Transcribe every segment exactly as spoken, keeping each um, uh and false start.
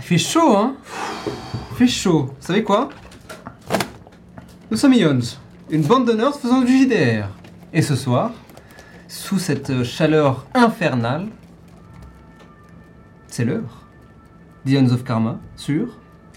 Il fait chaud, hein. Il fait chaud. Vous savez quoi? Nous sommes Ions, une bande de nerds faisant du J D R. Et ce soir, sous cette chaleur infernale, c'est l'heure. The Ions of Karma sur...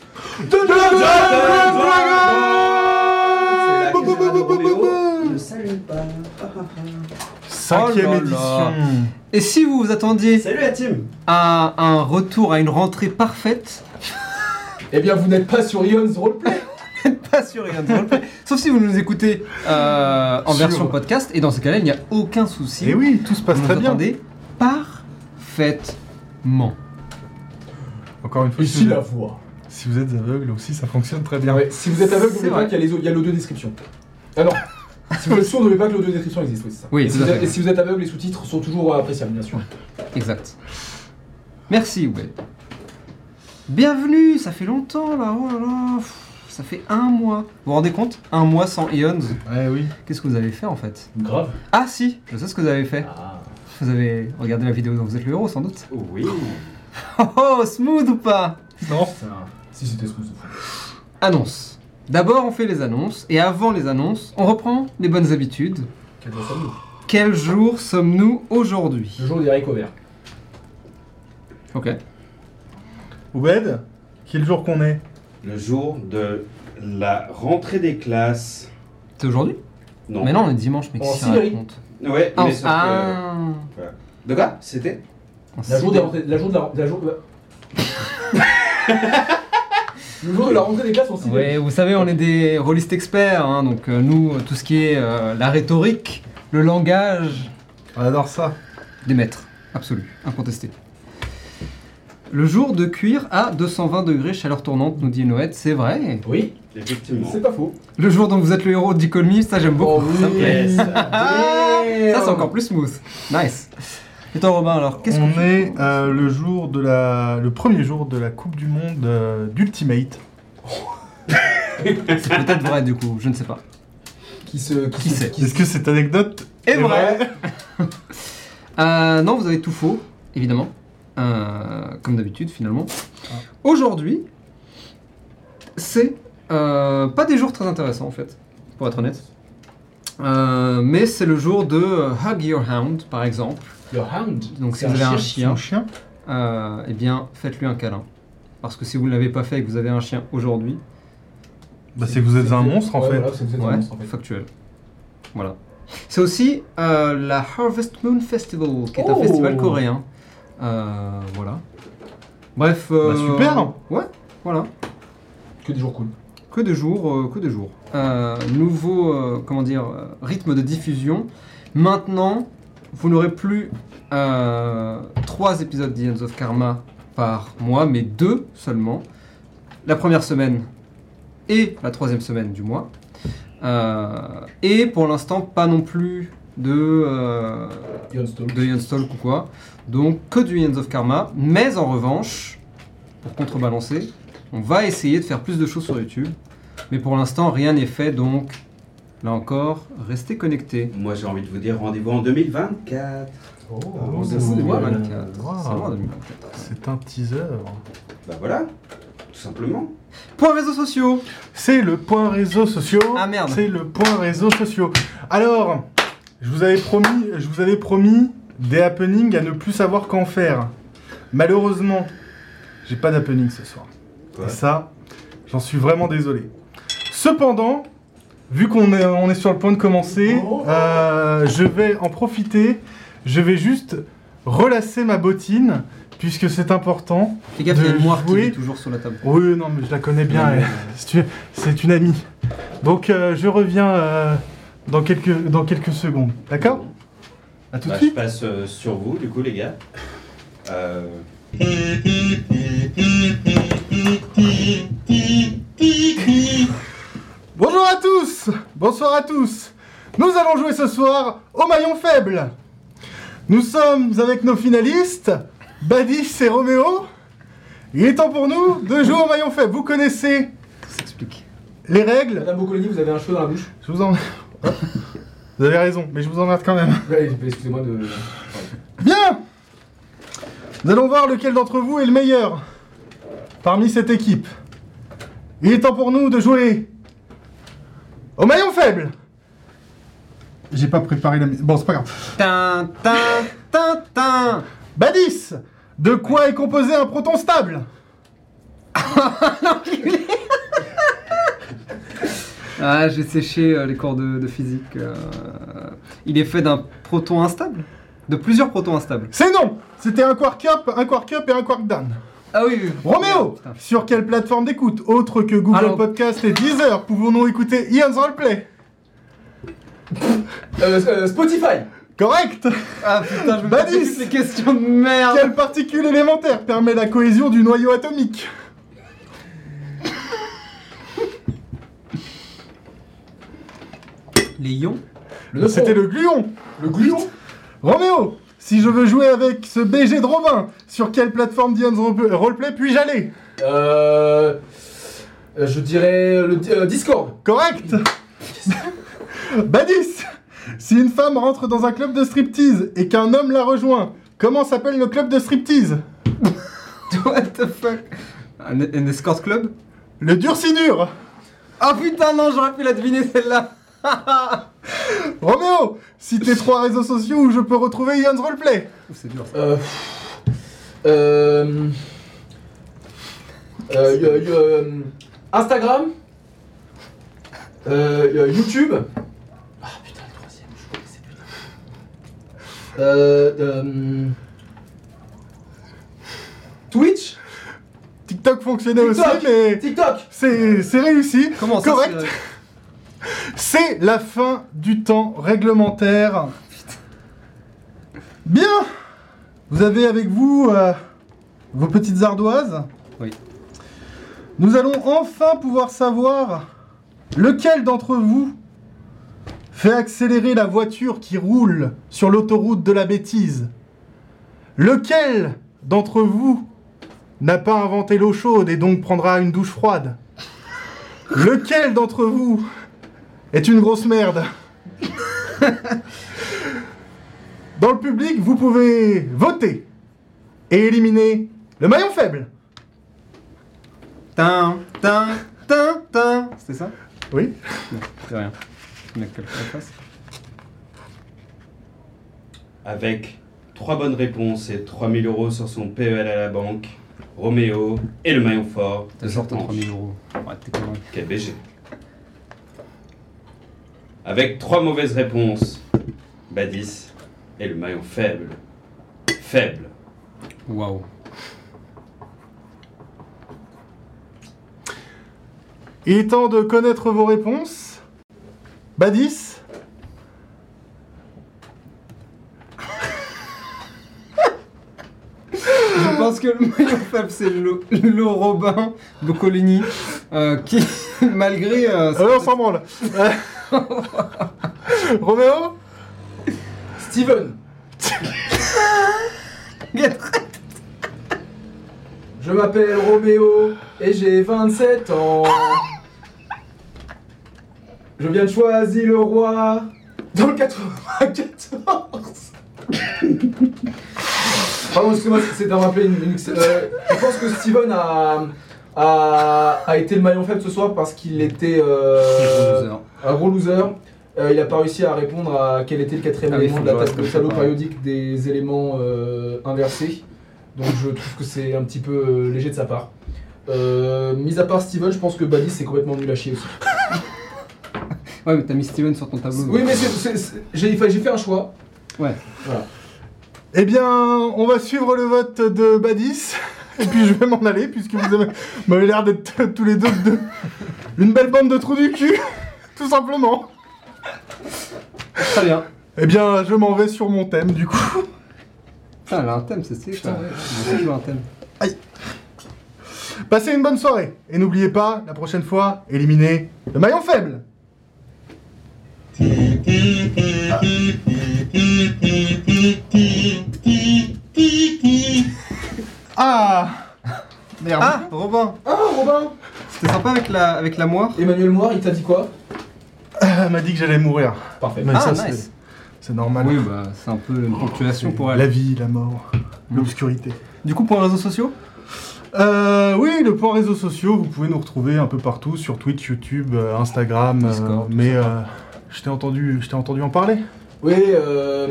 Ne salue pas. Cinquième Oh là édition. là. Et si vous vous attendiez Salut la team. à un retour, à une rentrée parfaite, Eh bien, vous n'êtes pas sur Ion's Roleplay. pas sur Ions Roleplay, sauf si vous nous écoutez euh, en Sur- version podcast, et dans ce cas-là, il n'y a aucun souci. Et oui, tout se passe vous très nous bien. entendez parfaitement. Encore une fois, si Ici vous, la êtes, voix. si vous êtes aveugle aussi, ça fonctionne très bien. Ouais, si vous êtes aveugle, C'est n'oubliez vrai. pas qu'il y a les au- il y a l'audio-description. Ah non. Si vous êtes sourd, n'oubliez pas que l'audio-description existe, oui, c'est ça. Oui, et, tout si à vous fait. êtes, et si vous êtes aveugle, les sous-titres sont toujours euh, appréciables, bien sûr. Exact. Merci, Will. Bienvenue, ça fait longtemps là, oh là là. Pff, ça fait un mois. Vous vous rendez compte? Un mois sans Ions. Ouais, oui. Qu'est-ce que vous avez fait en fait? Grave. Ah si, je sais ce que vous avez fait. Ah. Vous avez regardé la vidéo dont vous êtes le héros sans doute. Oui. Oh oh, smooth ou pas? Non. Ça... Si c'était smooth. Annonce. D'abord on fait les annonces, et avant les annonces, on reprend les bonnes habitudes. Quel jour sommes-nous? Quel jour sommes-nous aujourd'hui? Le jour des haricots verts. Ok. Oubed, quel jour qu'on est? Le jour de la rentrée des classes. C'est aujourd'hui? Non. Mais non, on est dimanche, mais En qu'est-ce qu'il Sibérie. raconte? Ouais, Ah, mais sauf ah. que... Voilà. De quoi? C'était En La jour des Sibérie. rentrées... La jour de la... la jour... Le jour de la rentrée des classes en Sibérie. Ouais, vous savez, on est des rôlistes experts, hein, donc euh, nous, euh, tout ce qui est euh, la rhétorique, le langage, On adore ça. des maîtres, absolus, incontestés. Le jour de cuire à deux cent vingt degrés, chaleur tournante, nous dit Noët, c'est vrai. Oui, Effectivement. c'est pas faux. Le jour dont vous êtes le héros de Call Me, ça j'aime beaucoup. Oh Ça me plaît. Yes. Ah, ça c'est encore plus smooth. Nice. Et toi Robin, alors, qu'est-ce On que tu est euh, le jour de la, le premier jour de la Coupe du Monde euh, d'Ultimate. C'est peut-être vrai du coup, je ne sais pas. Qui se... Qui sait Est-ce que cette anecdote est vrai? Euh, non, vous avez tout faux, évidemment. Euh, comme d'habitude, finalement. Aujourd'hui, c'est euh, pas des jours très intéressants, en fait, pour être honnête. Euh, mais c'est le jour de euh, Hug Your Hound, par exemple. Your Hound. Donc, si C'est vous avez un C'est chien, un chien. euh, eh bien, faites-lui un câlin. Parce que si vous ne l'avez pas fait et que vous avez un chien aujourd'hui, Bah, c'est que vous êtes un monstre en Ouais, fait. Voilà, c'est que vous êtes ouais, un monstre en fait. factuel. Voilà. C'est aussi euh, la Harvest Moon Festival, qui est un Oh. festival coréen. Euh, voilà. Bref. euh, Bah, super. Ouais, voilà. Que des jours cool. Que de jours, euh, que de jours. Euh, nouveau, euh, comment dire, euh, rythme de diffusion. Maintenant, vous n'aurez plus euh, trois épisodes d'Ions of Karma par mois, mais deux seulement. La première semaine et la troisième semaine du mois. Euh, et pour l'instant, pas non plus de, euh, Ion's Talk. de Ion's Talk ou quoi. Donc que du Ions of Karma. Mais en revanche, pour contrebalancer, on va essayer de faire plus de choses sur YouTube. Mais pour l'instant, rien n'est fait, donc là encore, restez connectés. Moi j'ai envie de vous dire rendez-vous en deux mille vingt-quatre. Oh, Oh, c'est c'est deux mille vingt-quatre. deux mille vingt-quatre. Wow. C'est loin, deux mille vingt-quatre. C'est un teaser. Bah voilà, tout simplement. Point réseaux sociaux. C'est le point réseaux sociaux. Ah, merde. C'est le point réseaux sociaux. Alors, je vous avais promis, je vous avais promis des happenings à ne plus savoir qu'en faire. Malheureusement, j'ai pas d'happening ce soir. Quoi Et ça, j'en suis vraiment désolé. Cependant, vu qu'on est, on est sur le point de commencer, Oh. euh, je vais en profiter. Je vais juste relasser ma bottine, puisque c'est important. Fais gaffe, il y a de une moire qui jouer. vit toujours sur la table. Oui, non, mais je la connais bien. elle- c'est une- c'est une amie. Donc, euh, je reviens euh, dans, quelques, dans quelques secondes. D'accord? À tout de Bah, je suite. passe euh, sur vous du coup les gars. Euh... Bonjour à tous. Bonsoir à tous. Nous allons jouer ce soir au maillon faible. Nous sommes avec nos finalistes, Badis et Roméo. Il est temps pour nous de jouer au maillon faible. Vous connaissez Tout s'explique. les règles. Madame Boccolini, vous avez un cheveu dans la bouche. Je vous en... Oh, vous avez raison, mais je vous emmerde quand même. Ouais, excusez-moi de... Bien. Nous allons voir lequel d'entre vous est le meilleur. parmi cette équipe. Il est temps pour nous de jouer au maillon faible. J'ai pas préparé la... Bon, c'est pas grave. Tin, tin, tin, tin. Badis, de quoi est composé un proton stable? Ah, j'ai séché euh, les cours de, de physique. euh, Il est fait d'un proton instable? De plusieurs protons instables. C'est non. C'était un quark up, un quark up et un quark down. Ah oui, oui. Roméo, Putain. sur quelle plateforme d'écoute, autre que Google Alors- Podcast et Deezer, pouvons-nous écouter Ian's Roleplay? Euh, euh, Spotify. Correct. Ah putain, je me Badis. pose toutes ces questions de merde. Quelle particule élémentaire permet la cohésion du noyau atomique? Les ions? Le neutron. C'était le gluon. Le gluon. Roméo, si je veux jouer avec ce B G de Robin, sur quelle plateforme d'Ian's Roleplay Roleplay puis-je aller? Euh, euh, je dirais le di- euh, Discord. Correct. Badis, si une femme rentre dans un club de striptease et qu'un homme la rejoint, comment s'appelle le club de striptease? What the fuck? Un, un escort club? Le durcinure. Ah putain, non, j'aurais pu la deviner celle-là. Roméo, cite les trois réseaux sociaux où je peux retrouver Ian's Roleplay. Ouh, c'est dur ça. Euh, euh, euh, y- y- euh, Instagram. Euh, y- YouTube. Ah putain, le troisième, je connaissais plus. Euh, euh, Twitch. TikTok fonctionnait aussi, TikTok. mais TikTok. c'est c'est réussi. Comment ça? Correct. c'est- C'est la fin du temps réglementaire. Bien. Vous avez avec vous euh, vos petites ardoises. Oui. Nous allons enfin pouvoir savoir lequel d'entre vous fait accélérer la voiture qui roule sur l'autoroute de la bêtise. Lequel d'entre vous n'a pas inventé l'eau chaude et donc prendra une douche froide? Lequel d'entre vous est une grosse merde? Dans le public, vous pouvez voter et éliminer le maillon faible. Tin, tin, tin, tin. C'était ça? Oui. Non, c'est rien. Le mec, calcule la face. Avec trois bonnes réponses et trois mille euros sur son P E L à la banque, Roméo et le maillon fort de T'as sorti cette trois manche. mille euros. Ouais, t'es connu. Quel B G. Avec trois mauvaises réponses, Badis et le maillon faible. Faible. Waouh. Il est temps de connaître vos réponses. Badis, Je pense que le maillon faible, c'est le, le Robin Boccolini, euh, qui, malgré... Euh, euh, on s'en branle. Euh, Roméo, Steven. Je m'appelle Roméo et j'ai vingt-sept ans. Je viens de choisir le roi dans le quatre-vingt-quatorze. Pardon, excusez-moi, c'est de me rappeler une... une- euh, je pense que Steven a, a, a été le maillon faible ce soir parce qu'il était euh, un gros loser. Euh, il a pas réussi à répondre à quel était le quatrième Ah oui, élément faut de la que je table de reste tableau préparé. périodique des éléments euh, inversés. Donc je trouve que c'est un petit peu euh, léger de sa part. Euh, mis à part Steven, je pense que Badis c'est complètement nul à chier aussi. Ouais, mais t'as mis Steven sur ton tableau. Oui, mais c'est- c'est- c'est- j'ai j'ai fait un choix. Ouais. Voilà. eh bien, on va suivre le vote de Badis. Et puis je vais m'en aller, puisque vous avez- m'avez l'air d'être tous les deux de... une belle bande de trous du cul. Tout simplement. Très bien. Eh bien, je m'en vais sur mon thème, du coup. Putain, elle a un thème, c'est stylé. Putain, ça. ouais. J'ai toujours un thème. Passez une bonne soirée. Et n'oubliez pas, la prochaine fois, éliminez le maillon faible. Ah Merde. Ah, Robin. Ah, Robin. C'était sympa avec la, avec la moire. Emmanuel Moire, il t'a dit quoi? Ah, elle m'a dit que j'allais mourir. Parfait. Mais Ah, ça, nice. c'est- c'est normal. Oui, bah, c'est un peu une ponctuation pour La elle. vie, la mort, l'obscurité. Du coup, pour les réseaux sociaux? Euh, oui, le point réseaux sociaux, vous pouvez nous retrouver un peu partout, sur Twitch, YouTube, euh, Instagram, euh, Discord, tout mais ça. euh, je t'ai entendu, je t'ai entendu en parler. Oui, euh.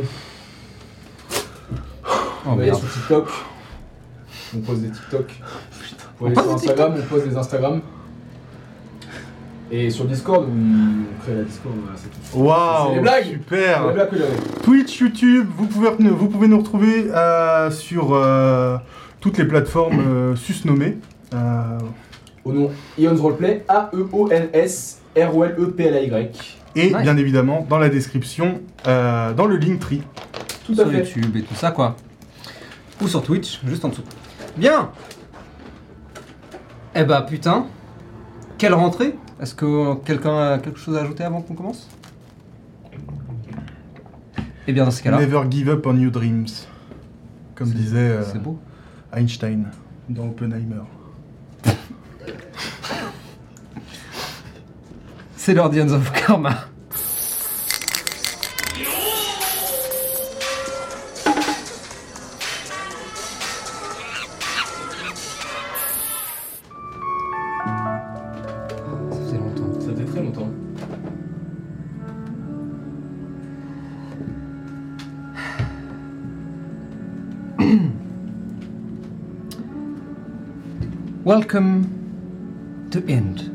Oh, ouais, merde. sur TikTok. On poste des TikTok. Pour aller poste sur des Instagram, on poste des Instagram. Et sur Discord, on crée la Discord, voilà, c'est tout. Waouh, C'est des blagues. super. C'est la blague que j'avais. Twitch, YouTube, vous pouvez, vous pouvez nous retrouver euh, sur euh, toutes les plateformes euh, susnommées. Euh, Au nom Eons Roleplay, A E O N S R O L E P L A Y. et Nice. bien évidemment dans la description, euh, dans le Linktree. Tout à Sur fait. YouTube et tout ça, quoi. Ou sur Twitch, juste en dessous. Bien. Eh bah, putain. Quelle rentrée. Est-ce que quelqu'un a quelque chose à ajouter avant qu'on commence? Eh bien, dans ce cas-là, Never give up on your dreams, comme c'est- disait euh, c'est beau. Einstein dans Oppenheimer. C'est l'heure d'Eons of Karma. Ça faisait longtemps. Ça fait très longtemps. Welcome to End.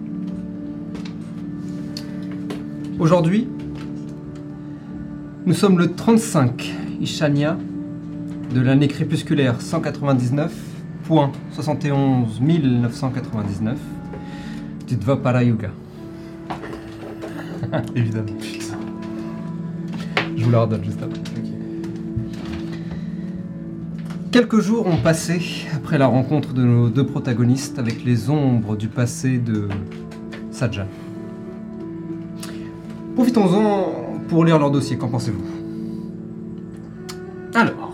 Aujourd'hui, nous sommes le trente-cinq Ishania de l'année crépusculaire cent quatre-vingt-dix-neuf point soixante et onze mille neuf cent quatre-vingt-dix-neuf du Dvapara Yuga. Évidemment. Je vous la redonne juste après. Quelques jours ont passé après la rencontre de nos deux protagonistes avec les ombres du passé de Saja. Profitons-en pour lire leur dossier, qu'en pensez-vous? Alors,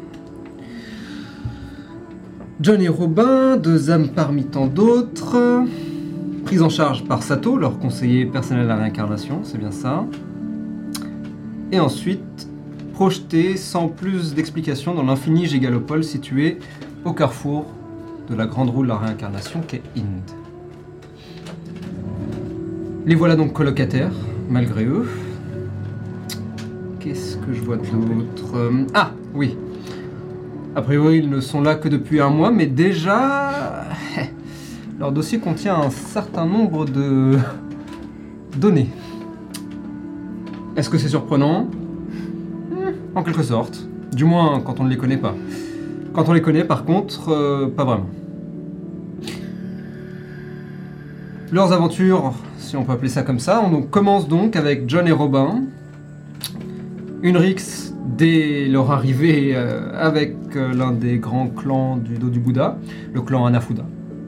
John et Robin, deux âmes parmi tant d'autres, pris en charge par Sato, leur conseiller personnel à la réincarnation, c'est bien ça. Et ensuite, projetés sans plus d'explications dans l'infini gigalopole situé au carrefour de la grande roue de la réincarnation qu'est Ind. Les voilà donc colocataires, malgré eux. Qu'est-ce que je vois d'autre? Euh, Ah, oui. A priori, ils ne sont là que depuis un mois, mais déjà... leur dossier contient un certain nombre de données. Est-ce que c'est surprenant? En quelque sorte. Du moins, quand on ne les connaît pas. Quand on les connaît, par contre, euh, pas vraiment. Leurs aventures, si on peut appeler ça comme ça, on donc commence donc avec John et Robin. Une rixe dès leur arrivée euh, avec euh, l'un des grands clans du dos du Bouddha, le clan Hanafuda.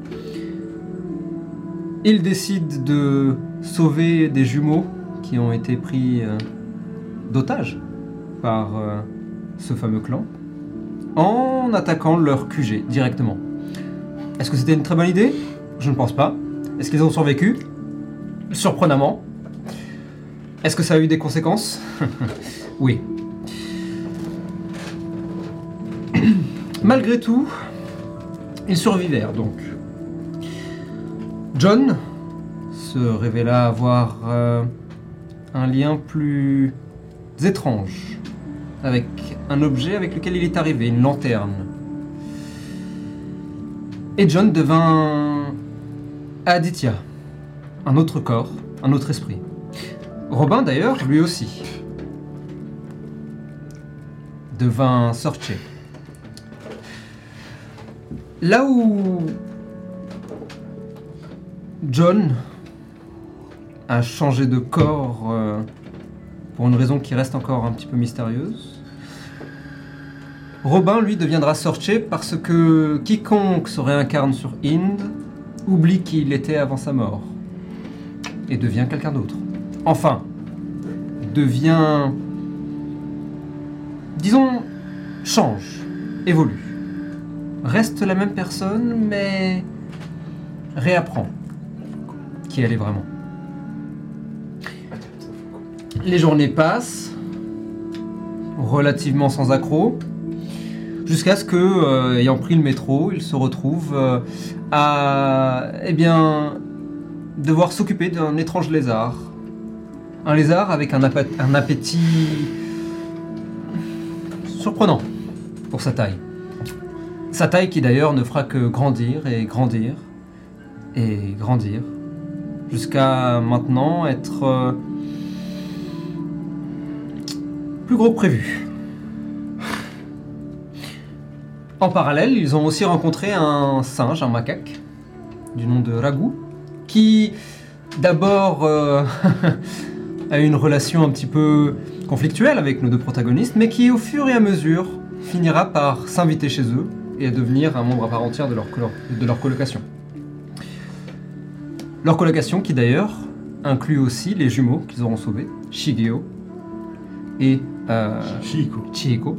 Ils décident de sauver des jumeaux qui ont été pris euh, d'otage par euh, ce fameux clan en attaquant leur Q G directement. Est-ce que c'était une très bonne idée? Je ne pense pas. Est-ce qu'ils ont survécu? Surprenamment. Est-ce que ça a eu des conséquences? Oui. Malgré tout, ils survivèrent donc. John se révéla avoir euh, un lien plus étrange avec un objet avec lequel il est arrivé, une lanterne. Et John devint Aditya, un autre corps, un autre esprit. Robin d'ailleurs, lui aussi, devint Sorche. Là où John a changé de corps euh, pour une raison qui reste encore un petit peu mystérieuse, Robin, lui, deviendra Sorche parce que quiconque se réincarne sur Ind oublie qui il était avant sa mort et devient quelqu'un d'autre. Enfin, devient, disons, change, évolue. Reste la même personne, mais réapprend qui elle est vraiment. Les journées passent, relativement sans accroc, Jusqu'à ce que, euh, ayant pris le métro, il se retrouve euh, à eh bien, devoir s'occuper d'un étrange lézard. Un lézard avec un, appé- un appétit surprenant pour sa taille. Sa taille qui d'ailleurs ne fera que grandir et grandir et grandir, jusqu'à maintenant être euh, plus gros que prévu. En parallèle, ils ont aussi rencontré un singe, un macaque, du nom de Ragou, qui d'abord euh, a eu une relation un petit peu conflictuelle avec nos deux protagonistes, mais qui au fur et à mesure finira par s'inviter chez eux et à devenir un membre à part entière de leur, colo- de leur colocation. Leur colocation qui d'ailleurs inclut aussi les jumeaux qu'ils auront sauvés, Shigeo et euh, Chico. Chihiko.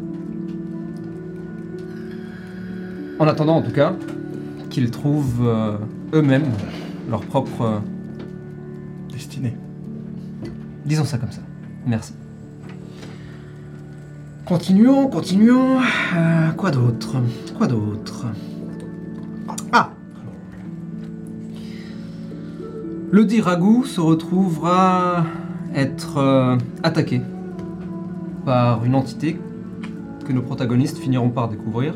En attendant en tout cas qu'ils trouvent euh, eux-mêmes leur propre... euh, Destiné. disons ça comme ça. Merci. Continuons, continuons. Euh, quoi d'autre Quoi d'autre Ah Le dit Ragou se retrouvera être euh, attaqué par une entité que nos protagonistes finiront par découvrir,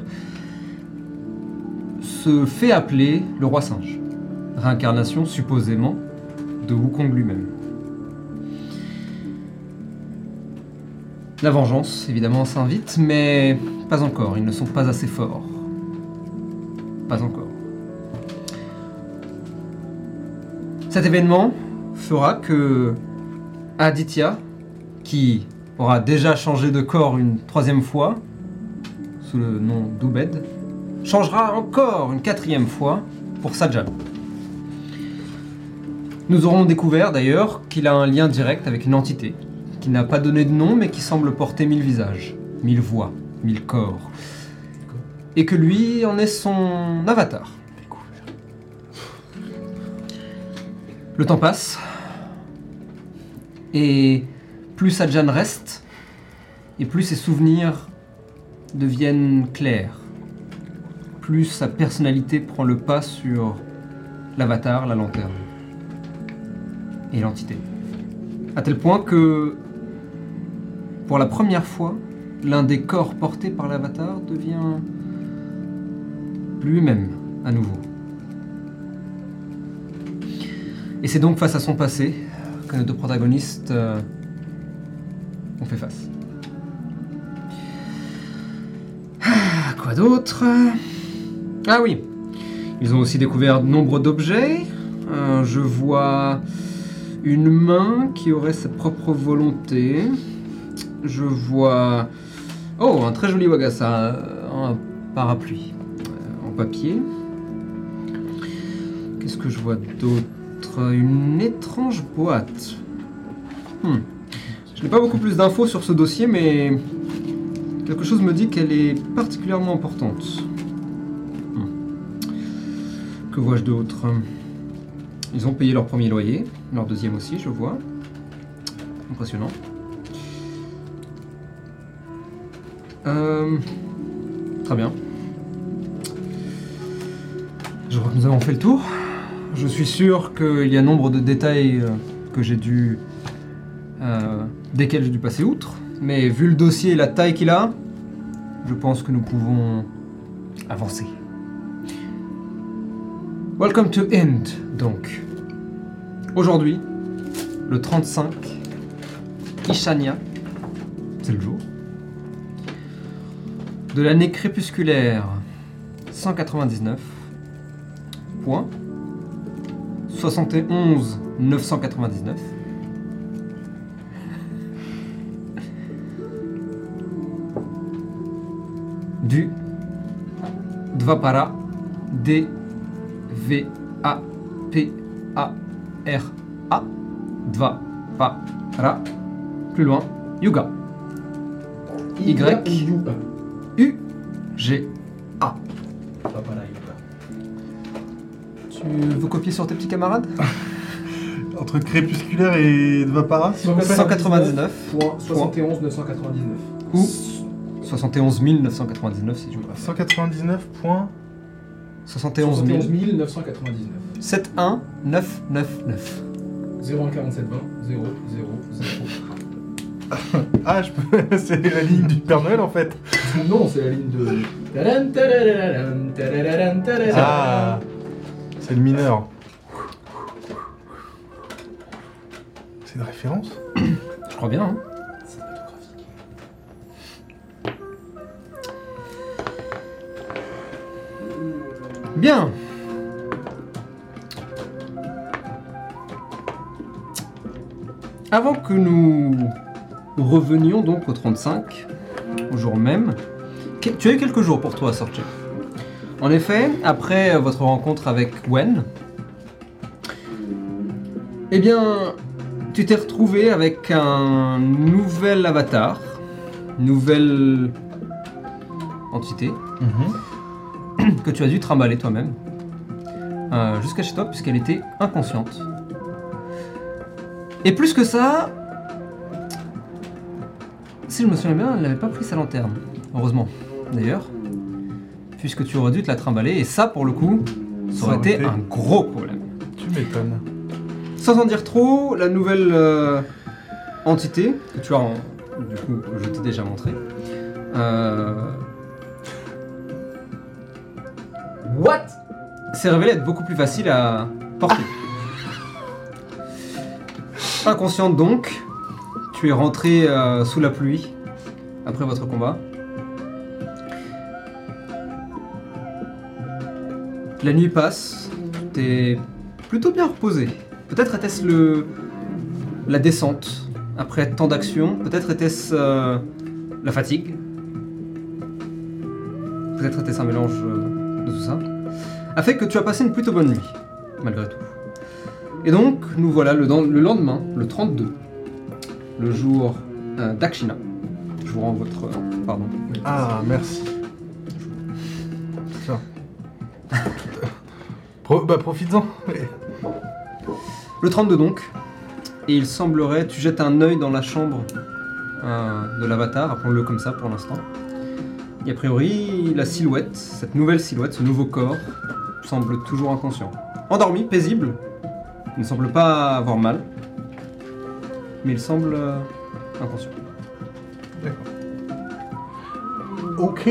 se fait appeler le roi singe, réincarnation supposément de Wukong lui-même. La vengeance, évidemment, s'invite, mais pas encore, ils ne sont pas assez forts. Pas encore. Cet événement fera que Aditya, qui aura déjà changé de corps une troisième fois, sous le nom d'Ubed, changera encore une quatrième fois pour Sajjan. Nous aurons découvert d'ailleurs qu'il a un lien direct avec une entité, qui n'a pas donné de nom mais qui semble porter mille visages, mille voix, mille corps, et que lui en est son avatar. Le temps passe, et plus Sajjan reste, et plus ses souvenirs deviennent clairs, plus sa personnalité prend le pas sur l'avatar, la lanterne, et l'entité. À tel point que, pour la première fois, l'un des corps portés par l'avatar devient lui-même à nouveau. Et c'est donc face à son passé que nos deux protagonistes euh, ont fait face. Ah, quoi d'autre ? Ah oui, ils ont aussi découvert nombre d'objets. Euh, je vois une main qui aurait sa propre volonté. Je vois... Oh, un très joli wagasa, un parapluie euh, en papier. Qu'est-ce que je vois d'autre ? Une étrange boîte. Hmm. Je n'ai pas beaucoup plus d'infos sur ce dossier, mais quelque chose me dit qu'elle est particulièrement importante. Hmm. Que vois-je d'autre ? Ils ont payé leur premier loyer, leur deuxième aussi, je vois. Impressionnant. Euh, très bien. Je crois que nous avons fait le tour. Je suis sûr qu'il y a nombre de détails euh, que j'ai dû, euh, desquels j'ai dû passer outre, mais vu le dossier et la taille qu'il a, je pense que nous pouvons avancer. Welcome to End, donc. Aujourd'hui, le trente-cinq, Ishania, c'est le jour, de l'année crépusculaire cent quatre-vingt-dix-neuf, point, soixante et onze neuf cent quatre-vingt-dix-neuf. Du Dvapara, D V A P A R A, Dvapara, plus loin, Yuga, Y U G A. Tu veux copier sur tes petits camarades ? Entre crépusculaire et Dvapara. cent quatre-vingt-dix-neuf soixante et onze neuf cent quatre-vingt-dix-neuf. ou soixante et onze mille neuf cent quatre-vingt-dix-neuf si tu veux. cent quatre-vingt-dix-neuf points. soixante et onze mille neuf cent quatre-vingt-dix-neuf. soixante et onze neuf cent quatre-vingt-dix-neuf. zéro un quarante-sept vingt zéro zéro zéro. Ah, je peux... c'est la ligne du Père Noël en fait. Non, c'est la ligne de. Tadam, tadadadam, tadadadam, tadadadam. Ah, c'est le mineur. C'est une référence? Je crois bien, hein. Bien. Avant que nous revenions donc au trente-cinq, au jour même, que- tu as eu quelques jours pour toi à sortir. En effet, après votre rencontre avec Wen, eh bien, tu t'es retrouvé avec un nouvel avatar, nouvelle entité, Mhm. que tu as dû trimballer toi-même euh, jusqu'à chez toi puisqu'elle était inconsciente. Et plus que ça, si je me souviens bien, elle n'avait pas pris sa lanterne, heureusement d'ailleurs, puisque tu aurais dû te la trimballer et ça pour le coup, ça aurait été un gros problème. Tu m'étonnes. Sans en dire trop, la nouvelle euh, entité que tu as, en- du coup, je t'ai déjà montré, euh, What? s'est révélée être beaucoup plus facile à porter. Inconsciente donc, tu es rentré euh, sous la pluie après votre combat. La nuit passe, t'es plutôt bien reposé. Peut-être était-ce le la descente après tant d'actions, peut-être était-ce euh, la fatigue, peut-être était-ce un mélange euh, de tout ça, a fait que tu as passé une plutôt bonne nuit, malgré tout. Et donc, nous voilà le, dan- le lendemain, le trente-deux, le jour euh, d'Akshina. Je vous rends votre... euh, pardon. Ah, merci. Tiens. Pro- bah, profites-en. Le trente-deux donc, et il semblerait, tu jettes un œil dans la chambre euh, de l'avatar, appelons-le comme ça pour l'instant. Et a priori, la silhouette, cette nouvelle silhouette, ce nouveau corps, semble toujours inconscient. Endormi, paisible, il ne semble pas avoir mal, mais il semble euh, inconscient. Ok.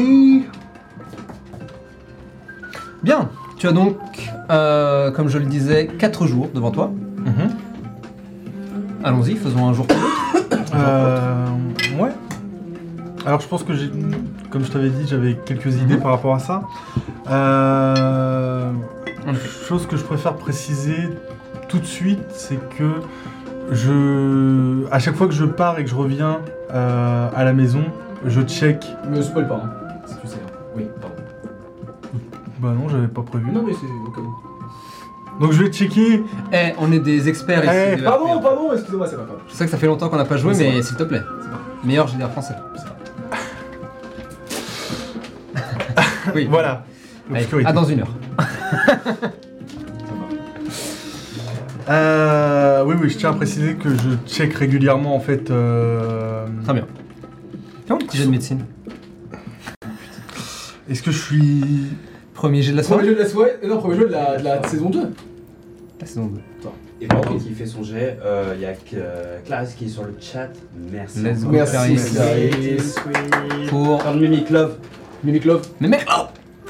Bien, tu as donc, euh, comme je le disais, quatre jours devant toi. Mhm. Allons-y, faisons un jour pour l'autre. Euh, ouais. Alors je pense que j'ai, comme je t'avais dit, j'avais quelques idées par rapport à ça. Euh, En effet. chose que je préfère préciser tout de suite, c'est que je, à chaque fois que je pars et que je reviens euh, à la maison, je check. Me spoil pas, hein, si tu sais. hein. Oui, pardon. Bah non, j'avais pas prévu. Non, mais c'est au cas où. Donc je vais checker. Eh, on est des experts Eh, ici. de Pardon, R P. pardon, excusez-moi, c'est pas grave. Je sais que ça fait longtemps qu'on n'a pas joué, C'est mais vrai. s'il te plaît, C'est pas grave. meilleur G D R français. Oui. Voilà. Allez, L'obscurité. à dans une heure. Euh, oui, oui, je tiens à préciser que je check régulièrement en fait. Euh, Très bien. Fais un petit jet de médecine. Est-ce que je suis. Premier jet de la Premier soirée. jeu de la soirée, euh, non, premier jeu de la, de la saison deux. La saison deux. Et pendant qu'il fait son jet, il y a que, euh, Clarisse qui est sur le chat. Merci. Let's go, encore. Merci, Clarisse. Clarisse. Pour. Parle Mimic Love. Mimic Love. Mais mec, oh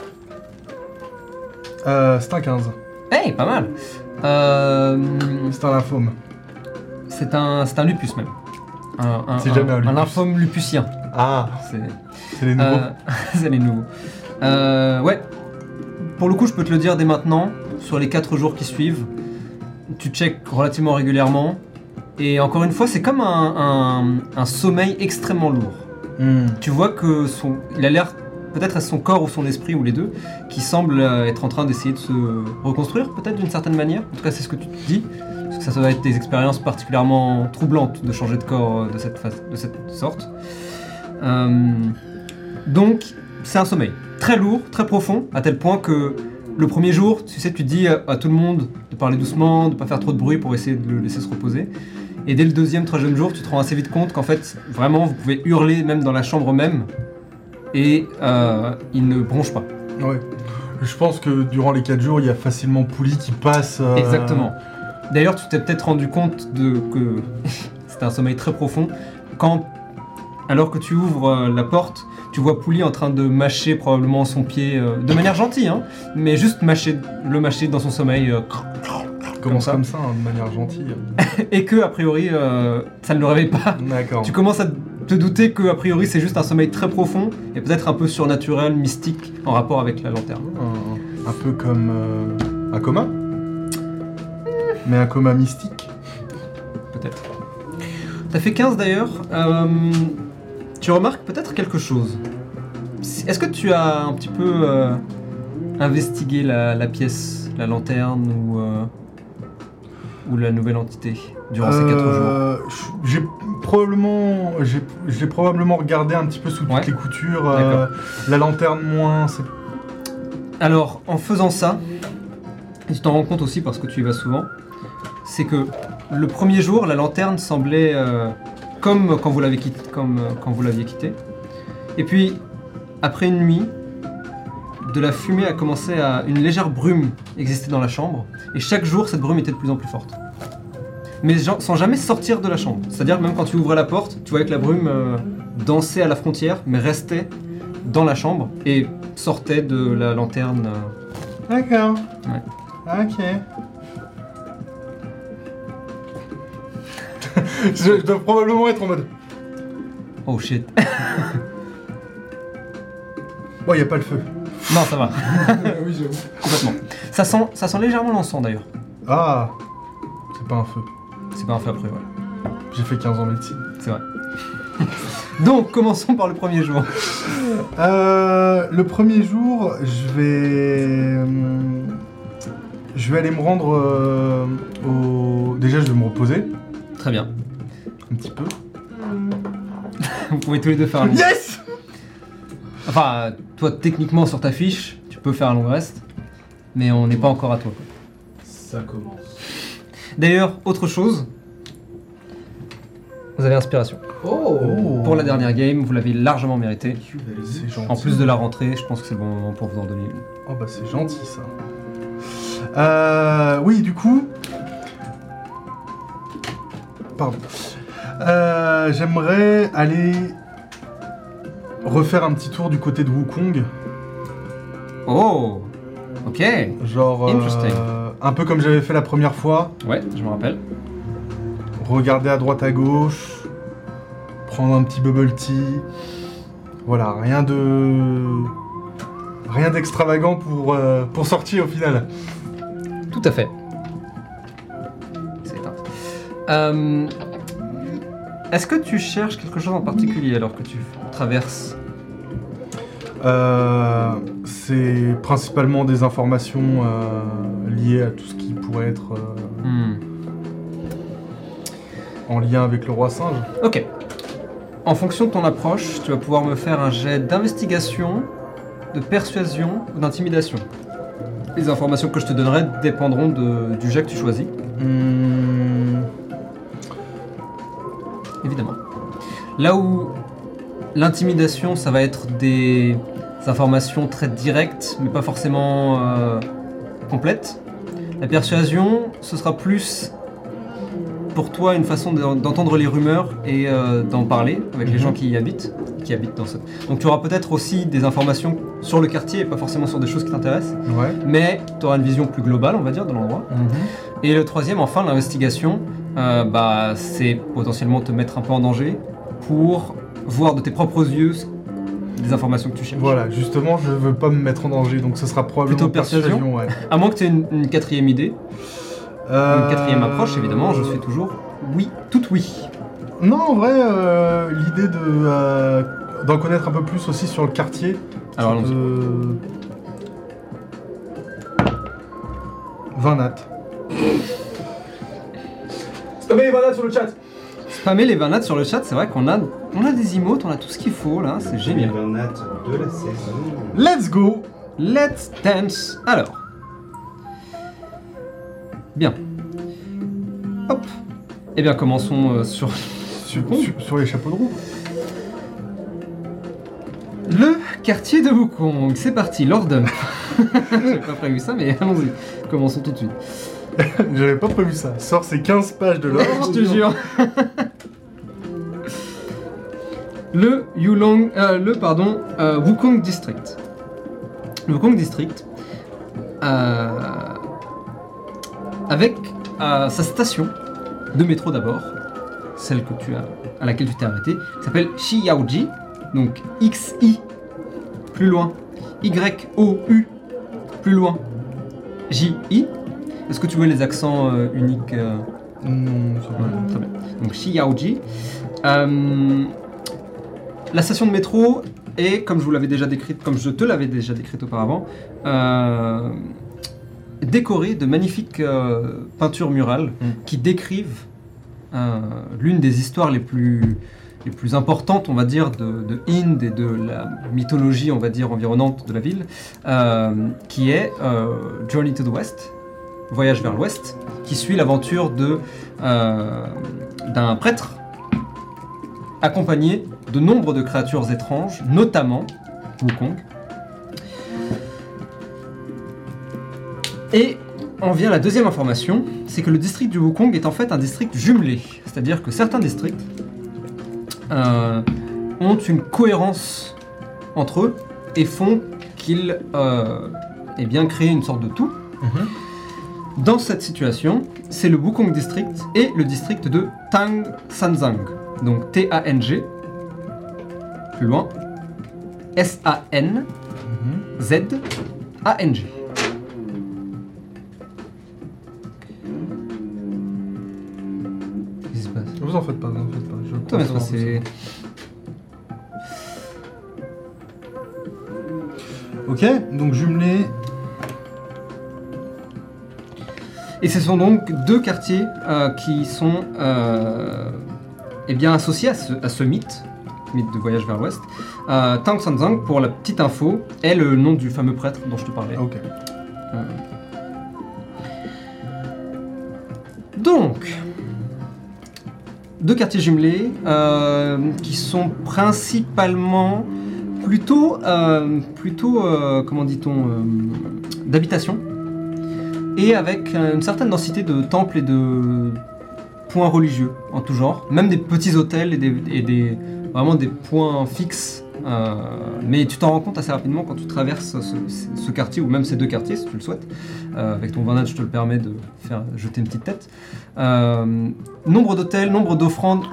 Euh, c'est un quinze. hey, pas mal. Euh, C'est un lymphome. c'est un, c'est un lupus même. Un, un, C'est jamais un lupus. lymphome lupusien. Ah, C'est, c'est les nouveaux. euh, c'est les nouveaux. Euh, ouais. Pour le coup, je peux te le dire dès maintenant. Sur les quatre jours qui suivent, tu checkes relativement régulièrement. Et encore une fois, c'est comme un, un, un sommeil extrêmement lourd. Hmm. Tu vois que son, il a l'air, peut-être à son corps ou son esprit ou les deux, qui semble euh, être en train d'essayer de se reconstruire, peut-être d'une certaine manière. En tout cas, c'est ce que tu te dis. Parce que ça, ça doit être des expériences particulièrement troublantes de changer de corps euh, de cette, fa- de cette sorte. Euh, donc, c'est un sommeil très lourd, très profond, à tel point que le premier jour, tu sais, tu dis à, à tout le monde de parler doucement, de pas faire trop de bruit pour essayer de le laisser se reposer. Et dès le deuxième, troisième jour, tu te rends assez vite compte qu'en fait, vraiment, vous pouvez hurler même dans la chambre même, et euh, il ne bronche pas. Ouais. Je pense que durant les quatre jours, il y a facilement Pouli qui passe. Euh... Exactement. D'ailleurs, tu t'es peut-être rendu compte de que c'était un sommeil très profond quand, alors que tu ouvres euh, la porte, tu vois Pouli en train de mâcher probablement son pied euh, de manière gentille, hein, mais juste mâcher, le mâcher dans son sommeil. Euh, Comment ça. comme ça, hein, de manière gentille. Et que, a priori, euh, ça ne le réveille pas. D'accord. Tu commences à te douter que, a priori, c'est juste un sommeil très profond et peut-être un peu surnaturel, mystique, en rapport avec la lanterne. Un, un peu comme euh, un coma, mais un coma mystique. Peut-être. T'as fait quinze d'ailleurs. Euh, tu remarques peut-être quelque chose. Est-ce que tu as un petit peu euh, investigué la, la pièce, la lanterne ou... Euh, ou la nouvelle entité durant ces quatre euh, jours? J'ai probablement, j'ai, j'ai probablement regardé un petit peu sous toutes ouais. les coutures. Euh, la lanterne moins. C'est... Alors, en faisant ça, et tu t'en rends compte aussi parce que tu y vas souvent, c'est que le premier jour, la lanterne semblait euh, comme quand vous l'avez quitté, comme euh, quand vous l'aviez quitté. Et puis, après une nuit, de la fumée a commencé à... Une légère brume existait dans la chambre, et chaque jour, cette brume était de plus en plus forte. Mais sans jamais sortir de la chambre. C'est-à-dire même quand tu ouvrais la porte, tu voyais que la brume euh, dansait à la frontière, mais restait dans la chambre, et sortait de la lanterne. Euh... D'accord. Ouais. Ok. je, je dois probablement être en mode... Oh shit. Bon, il n'y a pas le feu. Non, ça va. Oui, j'avoue. Complètement. Ça sent, ça sent légèrement l'encens d'ailleurs. Ah, c'est pas un feu. C'est pas un feu après, ouais. J'ai fait quinze ans en médecine. C'est vrai. Donc, commençons par le premier jour. Euh, le premier jour, je vais... hum, Je vais aller me rendre euh, au... Déjà, je vais me reposer. Très bien. Un petit peu. Vous pouvez tous les deux faire un long. Yes! Enfin, toi, techniquement, sur ta fiche, tu peux faire un long reste, mais on n'est pas encore à toi, quoi. Ça commence. D'ailleurs, autre chose, vous avez inspiration. Oh, Pour la dernière game, vous l'avez largement mérité. C'est gentil. En plus de la rentrée, je pense que c'est le bon moment pour vous en donner une. Oh bah c'est gentil ça. Euh, oui, du coup... Pardon. Euh, j'aimerais aller refaire un petit tour du côté de Wukong. Oh, ok. Genre, Interesting. euh, un peu comme j'avais fait la première fois. Ouais, je me rappelle. Regarder à droite à gauche. Prendre un petit bubble tea. Voilà, rien de... Rien d'extravagant pour, euh, pour sortir au final. Tout à fait. C'est éteint. Euh, Est-ce que tu cherches quelque chose en particulier alors que tu traverses? Euh, c'est principalement des informations euh, liées à tout ce qui pourrait être euh, Hmm. en lien avec le roi singe. Ok. En fonction de ton approche, tu vas pouvoir me faire un jet d'investigation, de persuasion ou d'intimidation. Les informations que je te donnerai dépendront de, du jet que tu choisis, Hmm, évidemment. Là où l'intimidation, ça va être des informations très directes, mais pas forcément euh, complètes. La persuasion, ce sera plus pour toi une façon de- d'entendre les rumeurs et euh, d'en parler avec les Mhm. gens qui y habitent, qui habitent dans ce. Donc tu auras peut-être aussi des informations sur le quartier et pas forcément sur des choses qui t'intéressent, ouais. mais tu auras une vision plus globale, on va dire, de l'endroit. Et le troisième, enfin, l'investigation, euh, bah, c'est potentiellement te mettre un peu en danger pour voir de tes propres yeux des informations que tu cherches. Voilà, justement, je veux pas me mettre en danger, donc ce sera probablement Plutôt persuasion ouais. À moins que tu aies une, une quatrième idée, Euh, une quatrième approche, évidemment, je suis toujours oui, tout oui. Non, en vrai, euh, l'idée de euh, d'en connaître un peu plus aussi sur le quartier. Alors, ça allons-y. peut- vingt nat. Spammez les bananes sur le chat. Spammer les vingt nats sur le chat, c'est vrai qu'on a, on a des emotes, on a tout ce qu'il faut là, c'est génial. Les vingt nats de la saison. Let's go! Let's dance. Alors. Bien. Hop. Eh bien, commençons euh, sur... Sur, sur- sur les chapeaux de roue. Le quartier de Wukong, c'est parti, Lord. J'avais pas prévu ça, mais allons-y, commençons tout de suite. J'avais pas prévu ça. Sors ces quinze pages de l'or. Je te jure. Le Yulong, euh, le pardon, euh, Wukong District. Le Wukong District, euh, avec euh, sa station de métro d'abord, celle que tu as, à laquelle tu t'es arrêté, qui s'appelle Shiyaoji, donc X I plus loin, Y O U plus loin, J I. Est-ce que tu vois les accents euh, uniques euh... Non, ça va. Ouais, très bien. Donc Shiyaoji. Euh, la station de métro est, comme je vous l'avais déjà décrite, comme je te l'avais déjà décrite auparavant, euh, décorée de magnifiques euh, peintures murales mm. qui décrivent euh, l'une des histoires les plus, les plus importantes, on va dire, de, de Inde et de la mythologie, on va dire, environnante de la ville, euh, qui est euh, Journey to the West, Voyage vers l'Ouest, qui suit l'aventure de, euh, d'un prêtre accompagné de nombre de créatures étranges, notamment Wukong. Et on vient à la deuxième information, c'est que le district du Wukong est en fait un district jumelé. C'est-à-dire que certains districts euh, ont une cohérence entre eux et font qu'ils euh, eh bien, créent une sorte de tout. Mm-hmm. Dans cette situation, c'est le Wukong District et le district de Tang Sanzang. Donc T A N G, plus loin, S A N Z A N G. Qu'est-ce qui se passe ? Vous en faites pas, vous en faites pas. Je Toi, mais toi, c'est... Ok, donc jumelé. Et ce sont donc deux quartiers euh, qui sont euh, eh bien, associés à ce, à ce mythe, mythe de voyage vers l'ouest. Euh, Tang Sanzang, pour la petite info, est le nom du fameux prêtre dont je te parlais. Ok. Euh. Donc, deux quartiers jumelés euh, qui sont principalement plutôt, euh, plutôt euh, comment dit-on, euh, d'habitation. Et avec une certaine densité de temples et de points religieux en tout genre, même des petits hôtels et des, et des vraiment des points fixes. Euh, mais tu t'en rends compte assez rapidement quand tu traverses ce, ce quartier, ou même ces deux quartiers si tu le souhaites. Euh, avec ton vingt je te le permets de faire jeter une petite tête. Euh, nombre d'hôtels, nombre d'offrandes,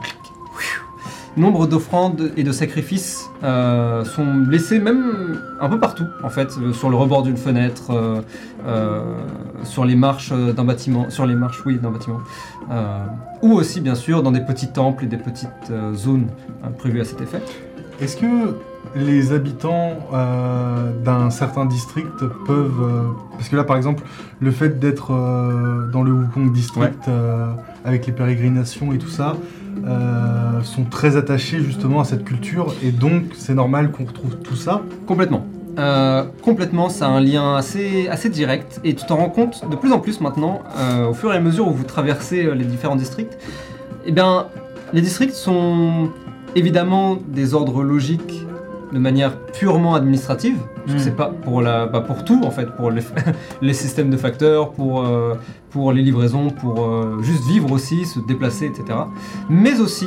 nombre d'offrandes et de sacrifices euh, sont laissés même un peu partout, en fait, euh, sur le rebord d'une fenêtre, euh, euh, sur les marches d'un bâtiment, sur les marches, oui, d'un bâtiment, euh, ou aussi, bien sûr, dans des petits temples et des petites euh, zones euh, prévues à cet effet. Est-ce que les habitants euh, d'un certain district peuvent... Euh, parce que là, par exemple, le fait d'être euh, dans le Wukong District, Ouais. euh, avec les pérégrinations et tout ça, euh, sont très attachés justement à cette culture, et donc c'est normal qu'on retrouve tout ça. Complètement. Euh, complètement, ça a un lien assez, assez direct, et tu t'en rends compte de plus en plus maintenant, euh, au fur et à mesure où vous traversez euh, les différents districts. Eh bien, les districts sont évidemment des ordres logiques de manière purement administrative, parce que Mm. c'est pas pour, la, bah pour tout en fait, pour les, les systèmes de facteurs, pour, euh, pour les livraisons, pour euh, juste vivre aussi, se déplacer, et cetera. Mais aussi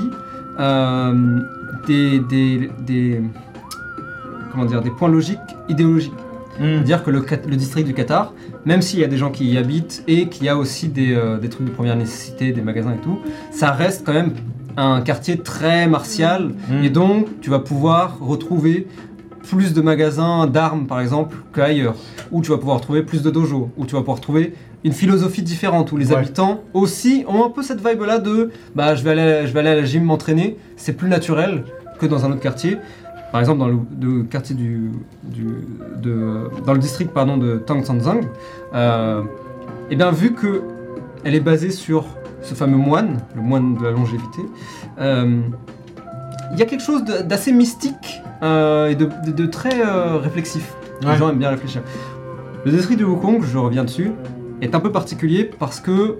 euh, des, des, des, comment dire, des points logiques idéologiques. C'est-à-dire que le, Cat- le district du Qatar, même s'il y a des gens qui y habitent et qu'il y a aussi des, euh, des trucs de première nécessité, des magasins et tout, ça reste quand même un quartier très martial, Mm. et donc tu vas pouvoir retrouver plus de magasins d'armes par exemple qu'ailleurs, où tu vas pouvoir trouver plus de dojos, où tu vas pouvoir trouver une philosophie différente, où les Ouais. habitants aussi ont un peu cette vibe là de bah je vais aller, je vais aller à la gym m'entraîner, c'est plus naturel que dans un autre quartier. Par exemple, dans le, le quartier du, du de, dans le district pardon de Tang Sanzang, euh, et bien vu que elle est basée sur ce fameux moine, le moine de la longévité, euh, il y a quelque chose de- d'assez mystique euh, et de, de- de très euh, réflexif. Les Ouais. gens aiment bien réfléchir. Le district de Wukong, je reviens dessus, est un peu particulier parce que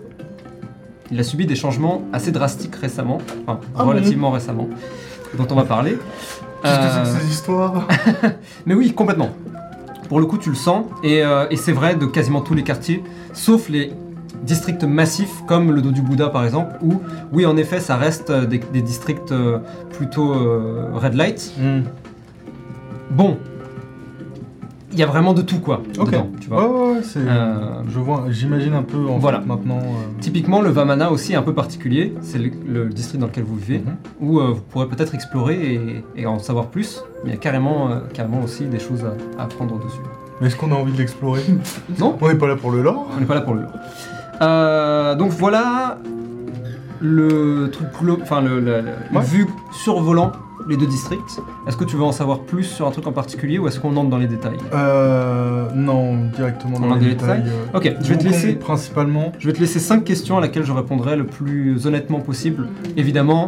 il a subi des changements assez drastiques récemment, enfin Ah relativement récemment, dont on va parler. Qu'est-ce que c'est Euh, que ces histoires? Mais oui, complètement. Pour le coup, tu le sens, et, euh, et c'est vrai de quasiment tous les quartiers, sauf les districts massifs comme le dos du Bouddha par exemple, où oui, en effet, ça reste euh, des, des districts euh, plutôt euh, red light. Hmm. Bon, il y a vraiment de tout quoi. Ok. Dedans, tu vois. Ouais, ouais, ouais, c'est... Euh, Je vois, j'imagine un peu en Voilà. fait, maintenant. euh, Typiquement, le Vamana aussi est un peu particulier. C'est le, le district dans lequel vous vivez, Mhm. où euh, vous pourrez peut-être explorer et, et en savoir plus. Mais il y a carrément, euh, carrément aussi des choses à, à apprendre dessus. Mais est-ce qu'on a envie de l'explorer? Non, On n'est pas là pour le lore. on n'est pas là pour le lore. Euh, donc voilà le truc, glo- enfin le, le- le- la Ouais. vue survolant les deux districts. Est-ce que tu veux en savoir plus sur un truc en particulier ou est-ce qu'on entre dans les détails? Euh... Non, directement On dans rentre les dans les détails. détails euh, Ok, je vais te Wukong, laisser. principalement. Je vais te laisser cinq questions à laquelle je répondrai le plus honnêtement possible, évidemment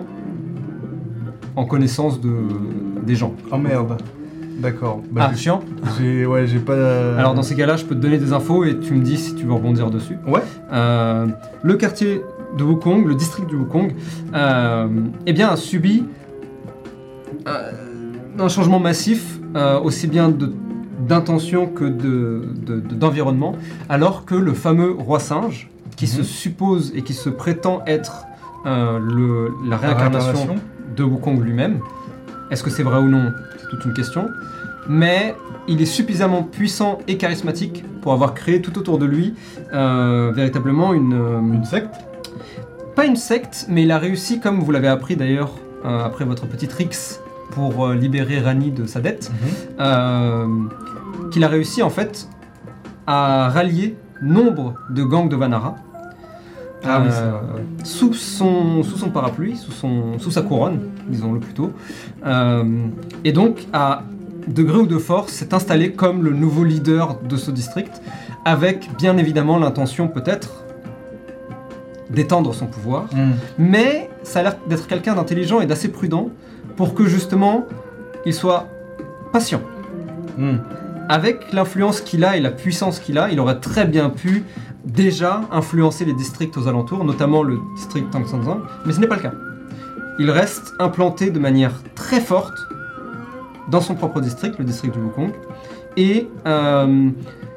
en connaissance de, des gens. Oh merde. D'accord. Bah, Ah, j'ai- chiant. j'ai... Ouais, j'ai pas... euh, Alors dans ces cas-là, je peux te donner des infos et tu me dis si tu veux rebondir dessus. Ouais. Euh, le quartier de Wukong, le district du Wukong, euh, eh bien, a subi euh, un changement massif, euh, aussi bien de- d'intention que de- de- de- d'environnement, alors que le fameux roi singe, qui Mhm. se suppose et qui se prétend être euh, le- la la réincarnation réincarnation. de Wukong lui-même, est-ce que c'est vrai ou non? C'est toute une question. Mais il est suffisamment puissant et charismatique pour avoir créé tout autour de lui euh, véritablement une, euh, Une secte. pas une secte, mais il a réussi, comme vous l'avez appris d'ailleurs euh, après votre petit tricks pour euh, libérer Rani de sa dette, euh, qu'il a réussi en fait à rallier nombre de gangs de Vanara. Ah oui, euh, c'est vrai, ouais. sous, son, sous son parapluie, sous, son, sous sa couronne, disons-le plutôt. Euh, et donc, à degré ou de force, s'est installé comme le nouveau leader de ce district, avec bien évidemment l'intention peut-être d'étendre son pouvoir. Hmm. Mais ça a l'air d'être quelqu'un d'intelligent et d'assez prudent pour que justement il soit patient. Hmm. Avec l'influence qu'il a et la puissance qu'il a, il aurait très bien pu déjà influencer les districts aux alentours, notamment le district Tangsanzang, mais ce n'est pas le cas. Il reste implanté de manière très forte dans son propre district, le district du Wukong, et, euh,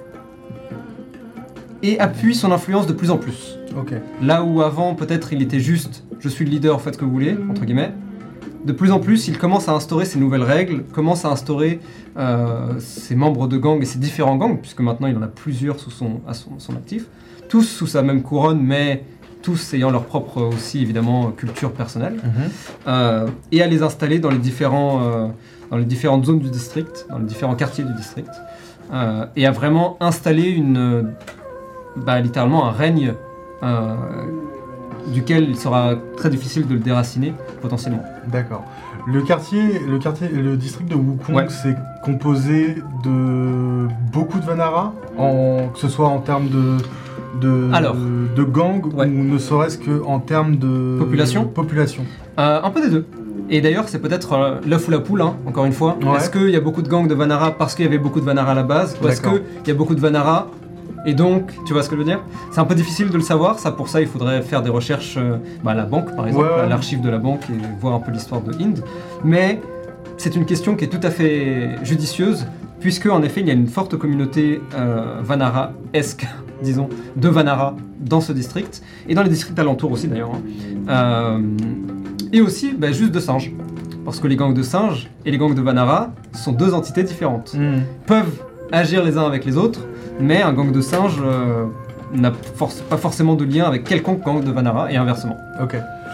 et appuie son influence de plus en plus. Ok. Là où avant, peut-être, il était juste « je suis le leader, faites ce que vous voulez », entre guillemets, de plus en plus, il commence à instaurer ses nouvelles règles, commence à instaurer euh, ses membres de gang et ses différents gangs, puisque maintenant il en a plusieurs sous son, à son, son actif, tous sous sa même couronne, mais tous ayant leur propre, aussi évidemment, culture personnelle, Mhm. euh, et à les installer dans les, différents, euh, dans les différentes zones du district, dans les différents quartiers du district, euh, et à vraiment installer une, euh, bah, littéralement un règne euh, duquel il sera très difficile de le déraciner potentiellement. D'accord. Le quartier, le quartier, le district de Wukong, Ouais. c'est composé de beaucoup de Vanara, en, que ce soit en termes de de, Alors. de gangs Ouais. ou ne serait-ce que en termes de Population Population. Euh, un peu des deux. Et d'ailleurs, c'est peut-être euh, l'œuf ou la poule, hein, encore une fois. Ouais. Est-ce qu'il y a beaucoup de gangs de Vanara parce qu'il y avait beaucoup de Vanara à la base, ou est-ce D'accord. qu'il y a beaucoup de Vanara et donc, tu vois ce que je veux dire? C'est un peu difficile de le savoir, ça pour ça il faudrait faire des recherches euh, bah, à la banque par exemple, Ouais, ouais. à l'archive de la banque et voir un peu l'histoire de Inde. Mais c'est une question qui est tout à fait judicieuse, puisque en effet il y a une forte communauté euh, Vanara-esque, disons, de Vanara dans ce district, et dans les districts alentours aussi d'ailleurs. hein. Euh, et aussi bah, juste de singes. Parce que les gangs de singes et les gangs de Vanara sont deux entités différentes. Hmm. Peuvent agir les uns avec les autres, mais un gang de singes euh, n'a forc- pas forcément de lien avec quelconque gang de Vanara, et inversement. Ok.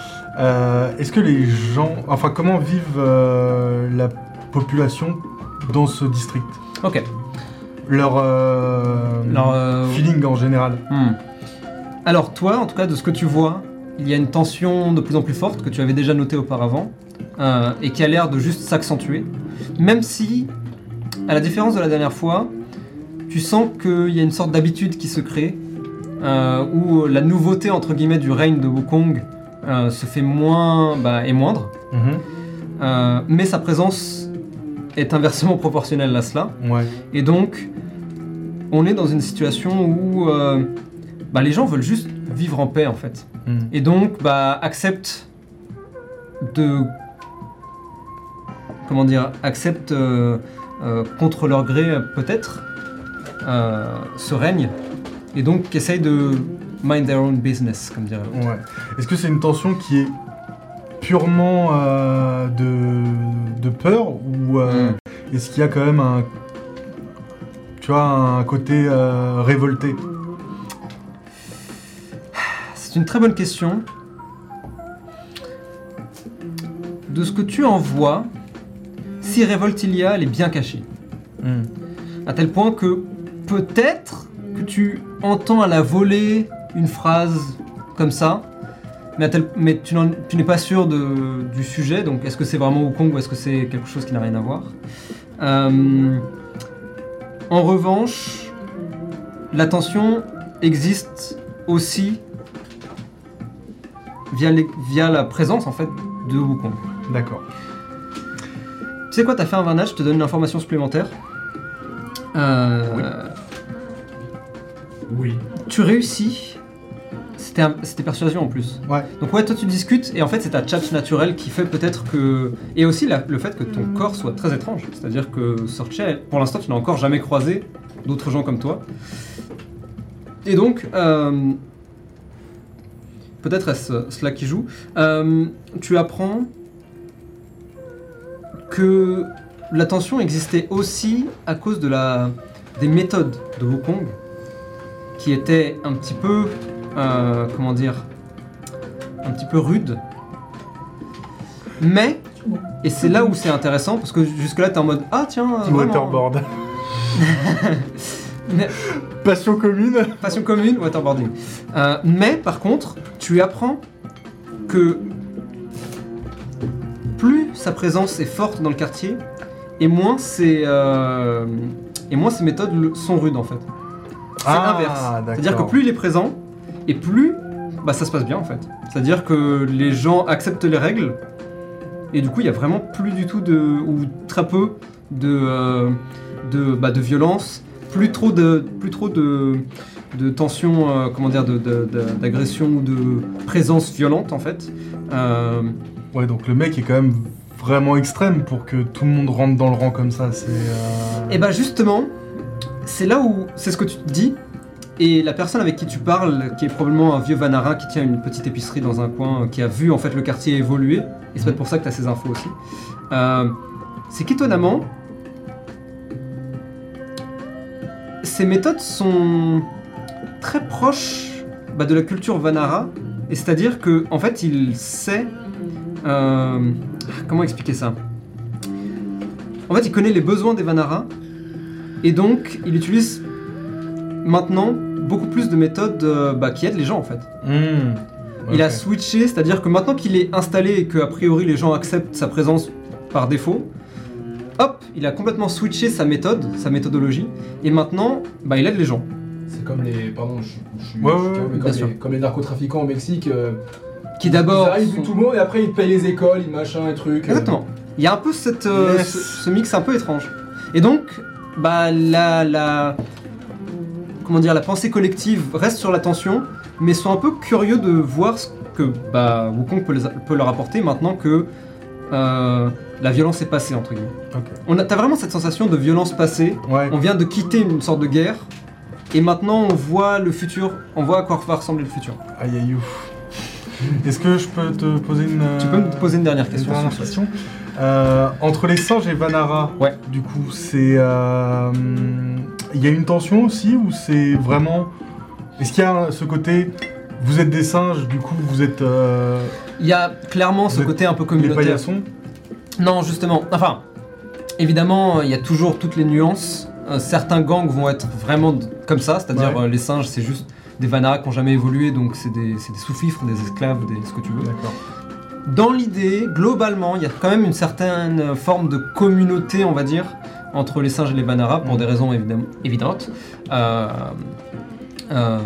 Euh, Est-ce que les gens, enfin, comment vivent euh, la population dans ce district? Ok. Leur, euh, Alors, euh, feeling en général. hmm. Alors toi, en tout cas, de ce que tu vois, il y a une tension de plus en plus forte que tu avais déjà notée auparavant, euh, et qui a l'air de juste s'accentuer, même si, à la différence de la dernière fois, tu sens qu'il y a une sorte d'habitude qui se crée, euh, où la nouveauté entre guillemets du règne de Wukong euh, se fait moins bah, et moindre, Mhm. euh, mais sa présence est inversement proportionnelle à cela, Ouais. et donc on est dans une situation où euh, bah, les gens veulent juste vivre en paix en fait, Hmm. et donc bah, acceptent de comment dire, acceptent euh, euh, contre leur gré euh, peut-être euh, ce règne et donc qui essayent de mind their own business, comme dirait l'autre. Ouais. Est-ce que c'est une tension qui est purement euh, de, de peur ou euh, mm. est-ce qu'il y a quand même un, tu vois, un côté euh, révolté? C'est une très bonne question. De ce que tu en vois, si révolte il y a, elle est bien cachée. Mm. À tel point que peut-être que tu entends à la volée une phrase comme ça, mais, à tel, mais tu, tu n'es pas sûr de, du sujet, donc est-ce que c'est vraiment Wukong ou est-ce que c'est quelque chose qui n'a rien à voir. euh, En revanche, la tension existe aussi via, les, via la présence en fait de Wukong. D'accord. Tu sais quoi, t'as fait un vinage, je te donne une information supplémentaire. Euh, oui. Oui. Tu réussis. C'était, un, c'était persuasion en plus. Ouais. Donc ouais, toi tu discutes et en fait c'est ta tchatch naturelle qui fait peut-être que... Et aussi la, le fait que ton corps soit très étrange. C'est-à-dire que Sorche, pour l'instant tu n'as encore jamais croisé d'autres gens comme toi. Et donc, euh, peut-être est-ce cela qui joue. Euh, tu apprends que la tension existait aussi à cause de la, des méthodes de Wukong qui étaient un petit peu... Euh, comment dire, un petit peu rude. Mais, et c'est là où c'est intéressant, parce que jusque-là t'es en mode ah tiens, euh, Waterboard. mais, Passion commune. passion commune, waterboarding. Euh, mais par contre, tu apprends que plus sa présence est forte dans le quartier, et moins ses, euh, et moins ses méthodes sont rudes en fait. C'est Ah, l'inverse. d'accord. C'est-à-dire que plus il est présent, et plus bah, ça se passe bien en fait. C'est-à-dire que les gens acceptent les règles, et du coup il y a vraiment plus du tout de, ou très peu de, euh, de, bah, de violence, plus trop de, plus trop de, de tension, euh, comment dire, de, de, de, d'agression ou de présence violente en fait. Euh, Ouais, donc le mec est quand même vraiment extrême pour que tout le monde rentre dans le rang comme ça. C'est. Euh... Et bah justement, c'est là où c'est ce que tu te dis. Et la personne avec qui tu parles, qui est probablement un vieux Vanara qui tient une petite épicerie dans un coin, qui a vu en fait le quartier évoluer, et c'est peut-être pour ça que tu as ces infos aussi, euh, c'est qu'étonnamment, ces méthodes sont très proches bah, de la culture Vanara, et c'est-à-dire que en fait il sait... Euh, comment expliquer ça? En fait il connaît les besoins des Vanara, et donc il utilise maintenant beaucoup plus de méthodes euh, bah, qui aident les gens en fait. Mmh. Il a Ok. switché, c'est-à-dire que maintenant qu'il est installé et que a priori les gens acceptent sa présence par défaut, hop, il a complètement switché sa méthode, sa méthodologie, et maintenant bah, il aide les gens. C'est comme les. Pardon, je, je suis. Ouais, je suis ouais, calme, mais bien comme, sûr. les, comme les narcotrafiquants au Mexique. euh, Qui d'abord... Ils arrivent, sont- butent tout le monde et après ils payent les écoles, ils machin et trucs. euh. Exactement. Il y a un peu cette, euh, Yes. ce, ce mix un peu étrange. Et donc, bah, la, la, comment dire, la pensée collective reste sur la tension, mais sont un peu curieux de voir ce que bah, Wukong peut, les, peut leur apporter maintenant que euh, la violence est passée, entre guillemets. Ok. On a, t'as vraiment cette sensation de violence passée. Ouais. On vient de quitter une sorte de guerre, et maintenant on voit le futur, on voit à quoi va ressembler le futur. Aïe aïe ouf. Est-ce que je peux te poser une. Tu peux me poser une dernière Une question dernière s'il te plaît. question. Euh, entre les singes et Vanara, Ouais. du coup, c'est. euh, Il y a une tension aussi ou c'est vraiment. Est-ce qu'il y a ce côté. Vous êtes des singes, du coup vous êtes. euh, Il y a clairement ce Vous êtes côté un peu les communautaire. paillassons? Non, justement. Enfin, évidemment, il y a toujours toutes les nuances. Euh, certains gangs vont être vraiment d- comme ça, c'est-à-dire Ouais. euh, les singes, c'est juste des Vanara qui n'ont jamais évolué, donc c'est des, c'est des sous-fifres, des esclaves, des, ce que tu veux. D'accord. Dans l'idée, globalement, il y a quand même une certaine forme de communauté, on va dire, entre les singes et les Vanara, pour Mhm. des raisons évidem- évidentes. Euh, euh,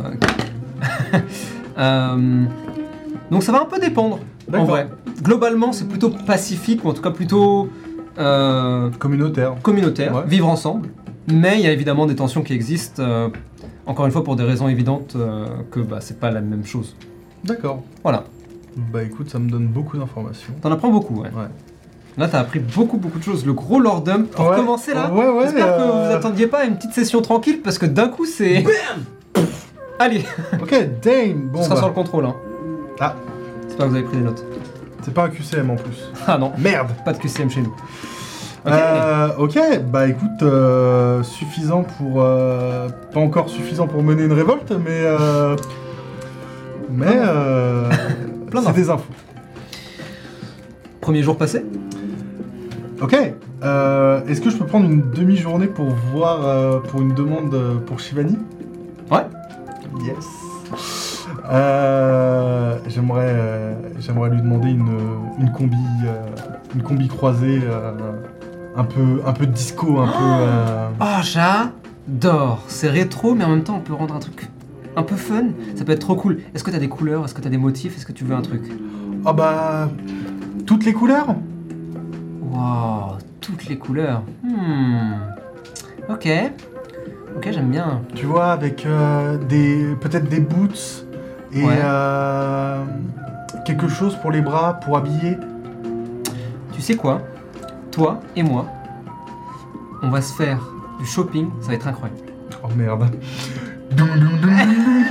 euh, donc ça va un peu dépendre, en D'accord. vrai. Globalement, c'est plutôt pacifique, ou en tout cas plutôt euh, Communautaire. communautaire, Ouais. vivre ensemble. Mais il y a évidemment des tensions qui existent, euh, encore une fois pour des raisons évidentes euh, que bah, c'est pas la même chose. D'accord. Voilà, Bah écoute, ça me donne beaucoup d'informations. t'en apprends beaucoup, ouais. Ouais. Là, t'as appris beaucoup, beaucoup de choses. Le gros lore dump pour Ouais. commencer là. Ouais, ouais. J'espère que euh, vous attendiez pas à une petite session tranquille parce que d'un coup, c'est. Allez, Ok, Dame. Bon, on sera bah, sur le contrôle. Hein. Ah. J'espère que vous avez pris des notes. c'est pas un Q C M en plus. Ah non, Merde. pas de Q C M chez nous. Ok. Euh, ok, bah écoute, euh, suffisant pour... euh, pas encore suffisant pour mener une révolte, mais... euh, mais... euh, Plein c'est d'infos. des infos. Premier jour passé. Ok, euh, est-ce que je peux prendre une demi-journée pour voir, euh, pour une demande euh, pour Shivani? Ouais. Yes. Euh, j'aimerais, euh, j'aimerais lui demander une, une combi, euh, une combi croisée, euh, un peu, un peu disco, un peu. euh, Oh, j'adore. C'est rétro, mais en même temps, on peut rendre un truc un peu fun. Ça peut être trop cool. Est-ce que t'as des couleurs? Est-ce que t'as des motifs? Est-ce que tu veux un truc? Ah bah, toutes les couleurs. Wow, toutes les couleurs. Hmm. Ok. Ok, j'aime bien. Tu vois, avec euh, des, peut-être des boots et Ouais. euh, quelque chose pour les bras, pour habiller. Tu sais quoi? Toi et moi, on va se faire du shopping. Ça va être incroyable. Oh merde. Doum, doum, doum.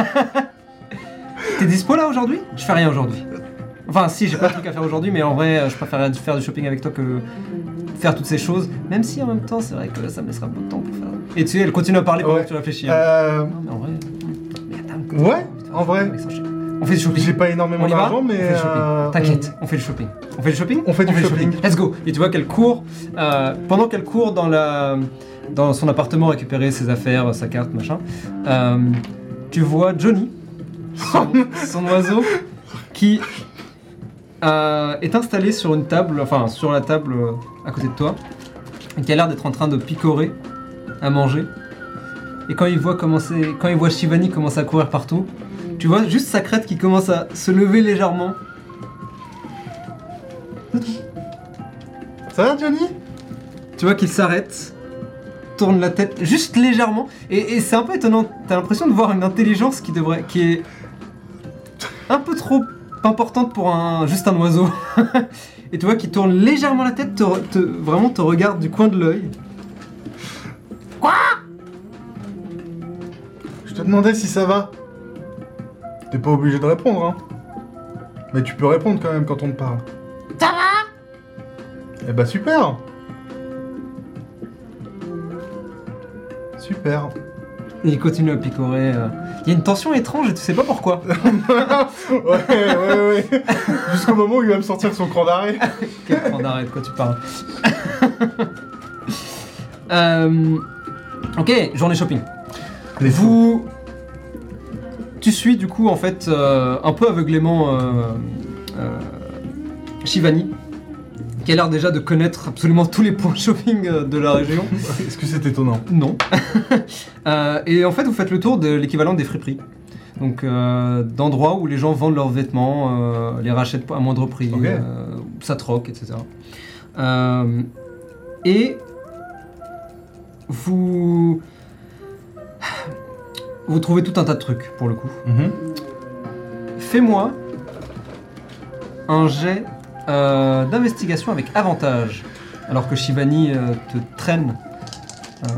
T'es dispo là aujourd'hui? Je fais rien aujourd'hui. Enfin, si, j'ai pas de truc à faire aujourd'hui, mais en vrai, euh, je préfère faire du shopping avec toi que faire toutes ces choses. Même si en même temps, c'est vrai que ça me laissera beaucoup de temps pour faire. Et tu sais, elle continue à parler pendant Ouais. que tu réfléchis. hein. Euh, Non, mais en vrai. Mais attends, ouais, en vrai. On fait du shopping. J'ai pas énormément On y va d'argent, On mais. fait du shopping. euh, T'inquiète, on fait du shopping. On fait du shopping On fait du shopping. Let's go. Et tu vois qu'elle court. euh, pendant qu'elle court dans la, dans son appartement récupérer ses affaires, sa carte, machin. euh, tu vois Johnny, son, son oiseau, qui euh, est installé sur une table, enfin sur la table euh, à côté de toi, et qui a l'air d'être en train de picorer à manger. Et quand il voit commencer, quand il voit Shivani commencer à courir partout, tu vois juste sa crête qui commence à se lever légèrement. Ça va, Johnny? Tu vois qu'il s'arrête, tourne la tête juste légèrement, et, et c'est un peu étonnant. T'as l'impression de voir une intelligence qui devrait, qui est un peu trop importante pour un juste un oiseau. Et tu vois qu'il tourne légèrement la tête, te, re- te- vraiment te regarde du coin de l'œil. Je te demandais si ça va. T'es pas obligé de répondre, hein. Mais tu peux répondre quand même quand on te parle. Ça va? Eh bah super. Super. Et il continue à picorer. euh. Il y a une tension étrange et tu sais pas pourquoi. ouais, ouais, ouais. Jusqu'au moment où il va me sortir son cran d'arrêt. Quel point d'arrêt, de quoi tu parles. Euh, Ok, journée shopping. Les Vous... Tu suis du coup en fait euh, un peu aveuglément euh, euh, Shivani, qui a l'air déjà de connaître absolument tous les points shopping euh, de la région. Est-ce que c'est étonnant? Non. Euh, et en fait vous faites le tour de l'équivalent des friperies. Donc euh, d'endroits où les gens vendent leurs vêtements, euh, les rachètent à moindre prix, Ok. euh, ça troque, et cetera. Euh, et vous... Vous trouvez tout un tas de trucs, pour le coup. Mhm. Fais-moi un jet euh, d'investigation avec avantage, alors que Shivani euh, te traîne. Euh,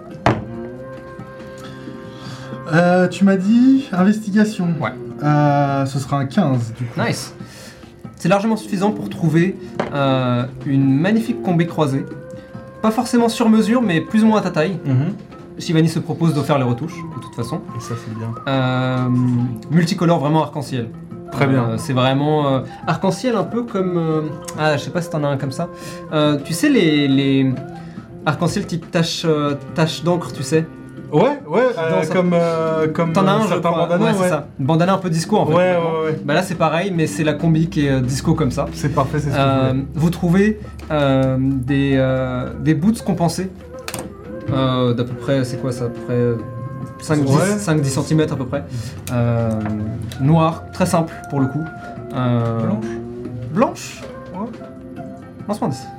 Euh, tu m'as dit investigation. Ouais. Euh, ce sera un quinze du coup. Nice. C'est largement suffisant pour trouver euh, une magnifique combi croisée. Pas forcément sur mesure, mais plus ou moins à ta taille. Mhm. Shivani se propose de faire les retouches, de toute façon. Et ça c'est bien. Euh, multicolore, vraiment arc-en-ciel. Très bien. Euh, c'est vraiment euh, arc-en-ciel, un peu comme... euh, ah, je sais pas si t'en as un comme ça. Euh, tu sais, les, les arc-en-ciel type tache, euh, tache d'encre, tu sais. Ouais, ouais, euh, Dans ça- comme, euh, comme T'en as euh, un, je certains crois. bandanas, Ouais, c'est ouais. ça. Une bandana un peu disco, en fait. Ouais, vraiment. ouais, ouais. Bah là, c'est pareil, mais c'est la combi qui est euh, disco comme ça. C'est parfait, c'est ce que Euh, je voulais. vous trouvez euh, des, euh, des boots compensés euh, d'à peu près, c'est quoi ça, à peu près cinq dix Ouais. centimètres à peu près. Euh, noir, très simple pour le coup. Euh, Blanche Blanche Ouais. Lance-moi un dé.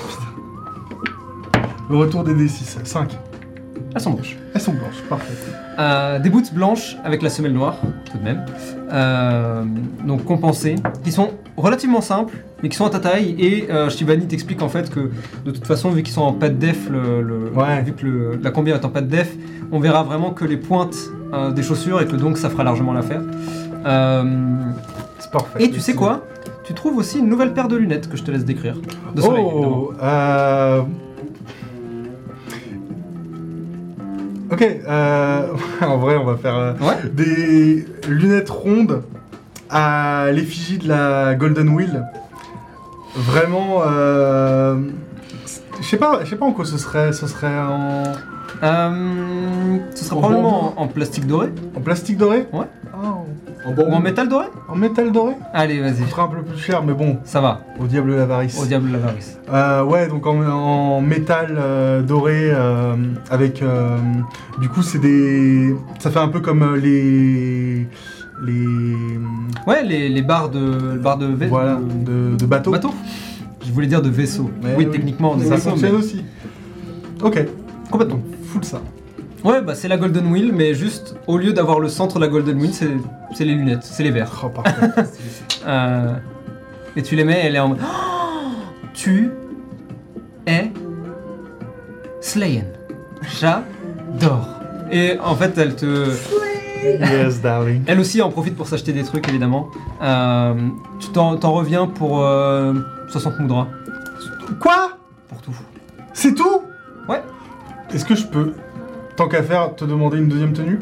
Le retour des D six, cinq. Elles sont blanches. Elles sont blanches, parfait. Euh, des boots blanches avec la semelle noire, tout de même. Euh, donc compensées, qui sont relativement simples, mais qui sont à ta taille. Et euh, Shivani t'explique en fait que de toute façon, vu qu'ils sont en pas de def, le, le- Ouais. vu que le- la combi est en pas de def, on verra vraiment que les pointes euh, des chaussures et que donc ça fera largement l'affaire. Euh, C'est parfait. et tu sais quoi? Tu trouves aussi une nouvelle paire de lunettes que je te laisse décrire. De soleil, évidemment. Oh, euh... Ok, euh... en vrai, on va faire euh, Ouais. des lunettes rondes à l'effigie de la Golden Wheel. Vraiment, euh... je sais pas, je sais pas en quoi ce serait. Ce serait en, Euh, ce sera En probablement en, en plastique doré en plastique doré. Ouais. Oh. En ou bambou. en métal doré. En métal doré. Allez, Ça vas-y. coûtera un peu plus cher, mais bon, Ça va. au diable l'avarice. Au diable l'avarice. Euh, ouais, donc en, en métal euh, doré euh, avec. euh, du coup, c'est des. Ça fait un peu comme euh, les. Les. Ouais, les, les barres de barres de, vai- Voilà, de- de, de bateau. bateau. Je voulais dire de vaisseau. Ouais, oui, oui. techniquement, des Ça vaisseaux, fonctionne mais- aussi. Ok, Complètement. full ça. Ouais, bah c'est la Golden Wheel, mais juste au lieu d'avoir le centre de la Golden Wheel, c'est c'est les lunettes, c'est les verres. Oh, parfait. Euh, et tu les mets, elle est en mode. Oh, tu es Slayen. J'adore. Et en fait, elle te. Yes, darling. Elle aussi en profite pour s'acheter des trucs, évidemment. Euh, tu t'en t'en reviens pour euh, soixante moudras. Quoi? Pour tout. C'est tout? Ouais. Est-ce que je peux, tant qu'à faire, te demander une deuxième tenue?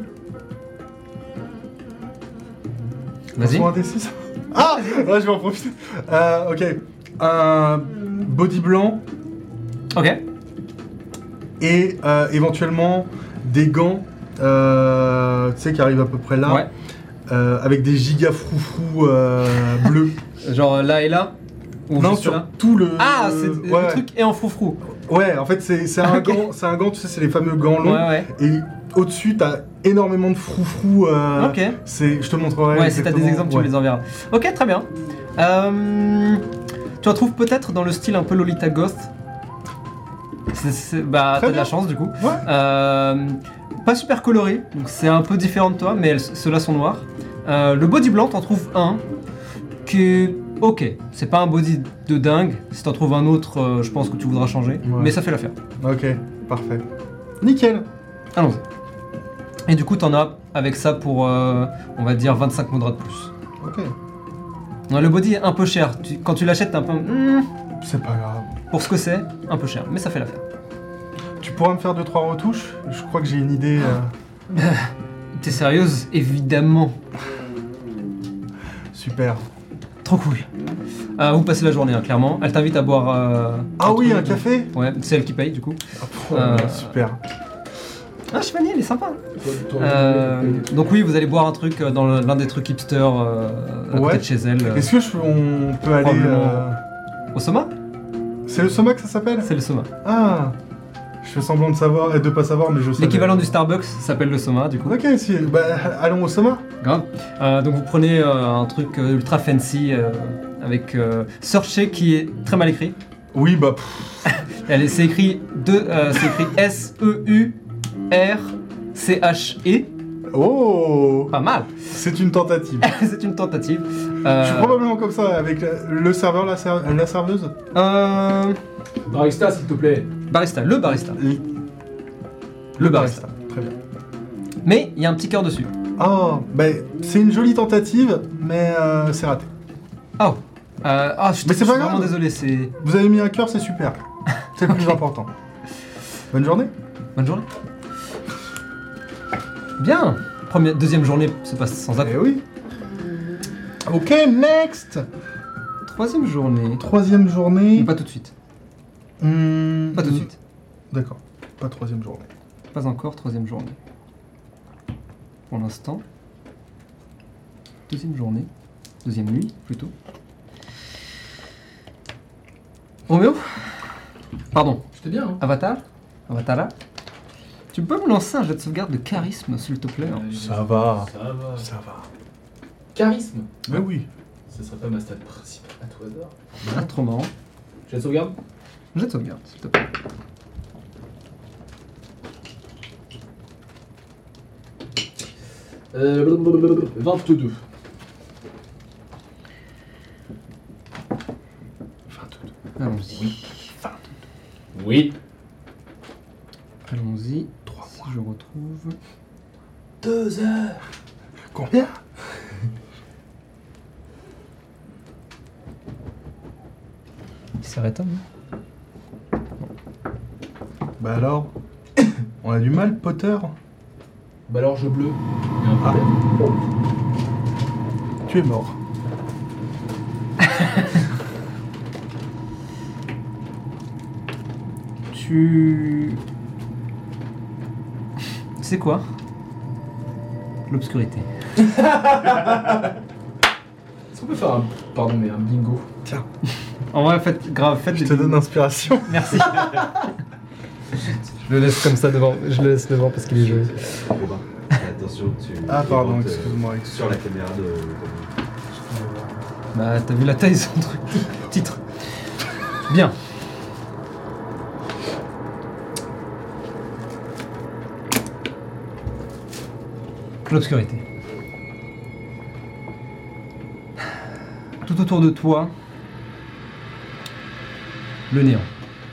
Vas-y. Sur un D six. Ah, ouais, je vais en profiter. Euh, ok. Un body blanc Ok. et euh, éventuellement des gants, euh, tu sais, qui arrivent à peu près là, Ouais. euh, avec des giga froufrous euh, bleus. Genre là et là Ou Non, juste sur là tout le. Ah, c'est ouais. le truc est en froufrou. Ouais, en fait, c'est c'est un Ok. gant, c'est un gant, tu sais, c'est les fameux gants longs. Ouais, ouais. Et au-dessus, t'as énormément de froufrous. euh, Ok. C'est, je te montrerai. Ouais, si t'as des exactement. exemples, tu Ouais. me les enverras. Ok, très bien. Euh, tu en trouves peut-être dans le style un peu Lolita Goth. C'est- c'est- bah, Très t'as de la bien. chance du coup. Ouais. Euh, pas super coloré, donc c'est un peu différent de toi, mais elles- ceux-là sont noirs. Euh, le body blanc, t'en trouves un qui est ok. C'est pas un body de dingue. Si t'en trouves un autre, euh, je pense que tu voudras changer, Ouais. mais ça fait l'affaire. Ok, parfait. Nickel. Allons-y. Et du coup, t'en as avec ça pour, euh, on va dire, vingt-cinq moudras de plus. Ok. Ouais, le body est un peu cher. Tu- quand tu l'achètes, t'es un peu. hmm, C'est pas grave. pour ce que c'est, un peu cher, mais ça fait l'affaire. Tu pourras me faire deux trois retouches. Je crois que j'ai une idée. euh, T'es sérieuse? Évidemment. Super. Trop cool. Euh, vous passez la journée, hein, clairement. Elle t'invite à boire. euh, Ah oui, truc. un café. Ouais, c'est elle qui paye, du coup. Oh, Euh, Super. Ah, Chevalier, il est sympa. Toi, toi, Euh, toi, toi, donc, oui, vous allez boire un truc euh, dans le- l'un des trucs hipster euh, à Ouais. côté de chez elle. euh, Est-ce que je, on peut aller probablement. euh, Au Soma? C'est le Soma que ça s'appelle? C'est le Soma. Ah. Je fais semblant de savoir, et de pas savoir, mais je sais. L'équivalent du Starbucks s'appelle le Soma, du coup. Ok, si. Bah, allons au Soma. Grave. Euh, donc vous prenez euh, un truc euh, ultra fancy euh, avec euh, Searcher qui est très mal écrit. Oui, bah. pff, Elle est- C'est écrit, de- euh, c'est écrit S E U R C H E. Oh. Pas mal. C'est une tentative. C'est une tentative. Euh, Je suis probablement comme ça avec le serveur, la, ser- la serveuse. euh, Barista, s'il te plaît. barista, le barista. Le barista. Très bien. Mais il y a un petit cœur dessus. Oh, bah, c'est une jolie tentative, mais euh, c'est raté. Oh. Euh, ah, je suis, Mais c'est je suis pas vraiment grave. désolé. C'est Vous avez mis un cœur, c'est super. C'est le plus important. Bonne journée. bonne journée. Bien. Première, deuxième journée se passe sans Eh acte. oui. Ok, next. Troisième journée. Troisième journée. Pas tout de suite. Hmm, Pas tout de suite. D'accord. Pas troisième journée. Pas encore troisième journée. Pour l'instant. Deuxième journée. Deuxième nuit, plutôt. Roméo? Pardon. J'étais bien, hein. Avatar? Avatara? Tu peux me lancer un jet de sauvegarde de charisme, s'il te plaît? hein Ça va. Ça va. Ça va. Charisme. Mais oui. Ce serait pas ma stat principale à tout hasard. Ah, trop marrant. J'ai de sauvegarde. Jet de sauvegarde, s'il te plaît. Euh, vingt-deux. Oui. Allons-y. Trois si je retrouve. Deux heures. Combien? Il s'arrête, hein. Bah alors, on a du mal, Potter? Bah alors, je bleu. Il y a un Ah. problème. Tu es mort. Tu... C'est quoi? L'obscurité. Est-ce qu'on peut faire un, pardon, mais un bingo? Tiens, En vrai, faites, grave, faites je des te donne inspiration. Merci. Je le laisse comme ça devant. Je le laisse devant parce qu'il est joli. Robin, attention, tu. Ah pardon, tu montes, euh, excuse-moi. Sur la caméra de. de- Bah, t'as vu la taille de son truc. Titre. Bien. L'obscurité. Tout autour de toi, le néant.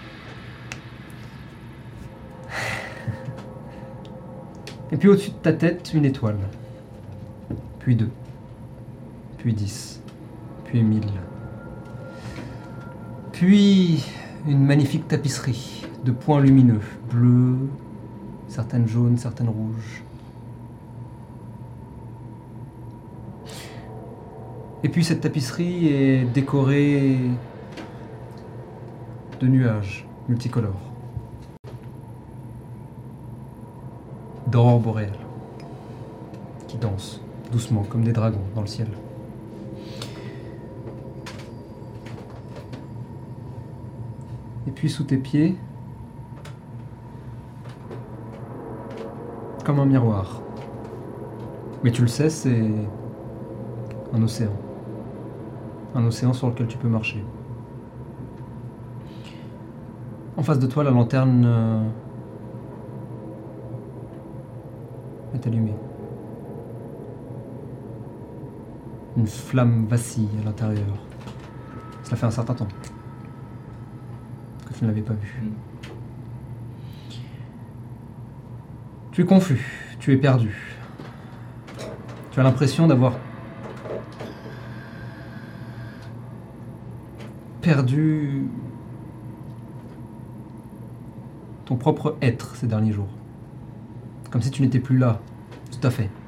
Et puis au-dessus de ta tête, une étoile. Puis deux. Puis dix. Puis mille. Puis une magnifique tapisserie de points lumineux, bleus, certaines jaunes, certaines rouges. Et puis cette tapisserie est décorée de nuages multicolores, d'aurores boréales, qui dansent doucement comme des dragons dans le ciel. Et puis sous tes pieds, comme un miroir. Mais tu le sais, c'est un océan. Un océan sur lequel tu peux marcher. En face de toi, la lanterne euh, est allumée. Une flamme vacille à l'intérieur. Cela fait un certain temps que tu ne l'avais pas vue. Tu es confus, tu es perdu. Tu as l'impression d'avoir perdu ton propre être ces derniers jours. Comme si tu n'étais plus là, tout à fait.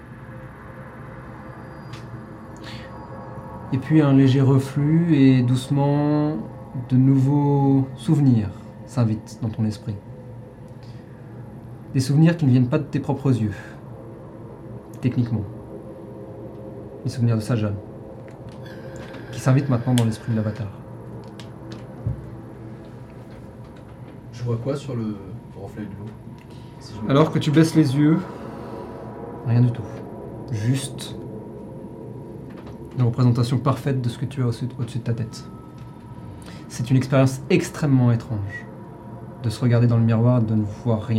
Et puis un léger reflux et doucement de nouveaux souvenirs s'invitent dans ton esprit. Des souvenirs qui ne viennent pas de tes propres yeux, techniquement. Les souvenirs de Sajjan, qui s'invitent maintenant dans l'esprit de l'avatar. Je vois quoi sur le reflet de l'eau? Si je me- Alors que tu baisses les yeux, rien du tout. Juste une représentation parfaite de ce que tu as au-dessus au-dessus de ta tête. C'est une expérience extrêmement étrange de se regarder dans le miroir et de ne voir rien.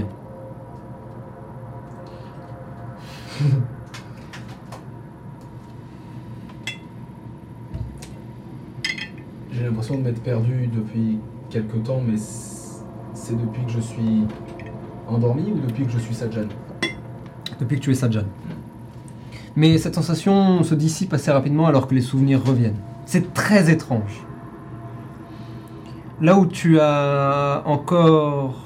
J'ai l'impression de m'être perdu depuis quelque temps, mais c- c'est depuis que je suis endormi ou depuis que je suis Sajjan? Depuis que tu es Sajjan. Mais cette sensation se dissipe assez rapidement alors que les souvenirs reviennent. C'est très étrange. Là où tu as encore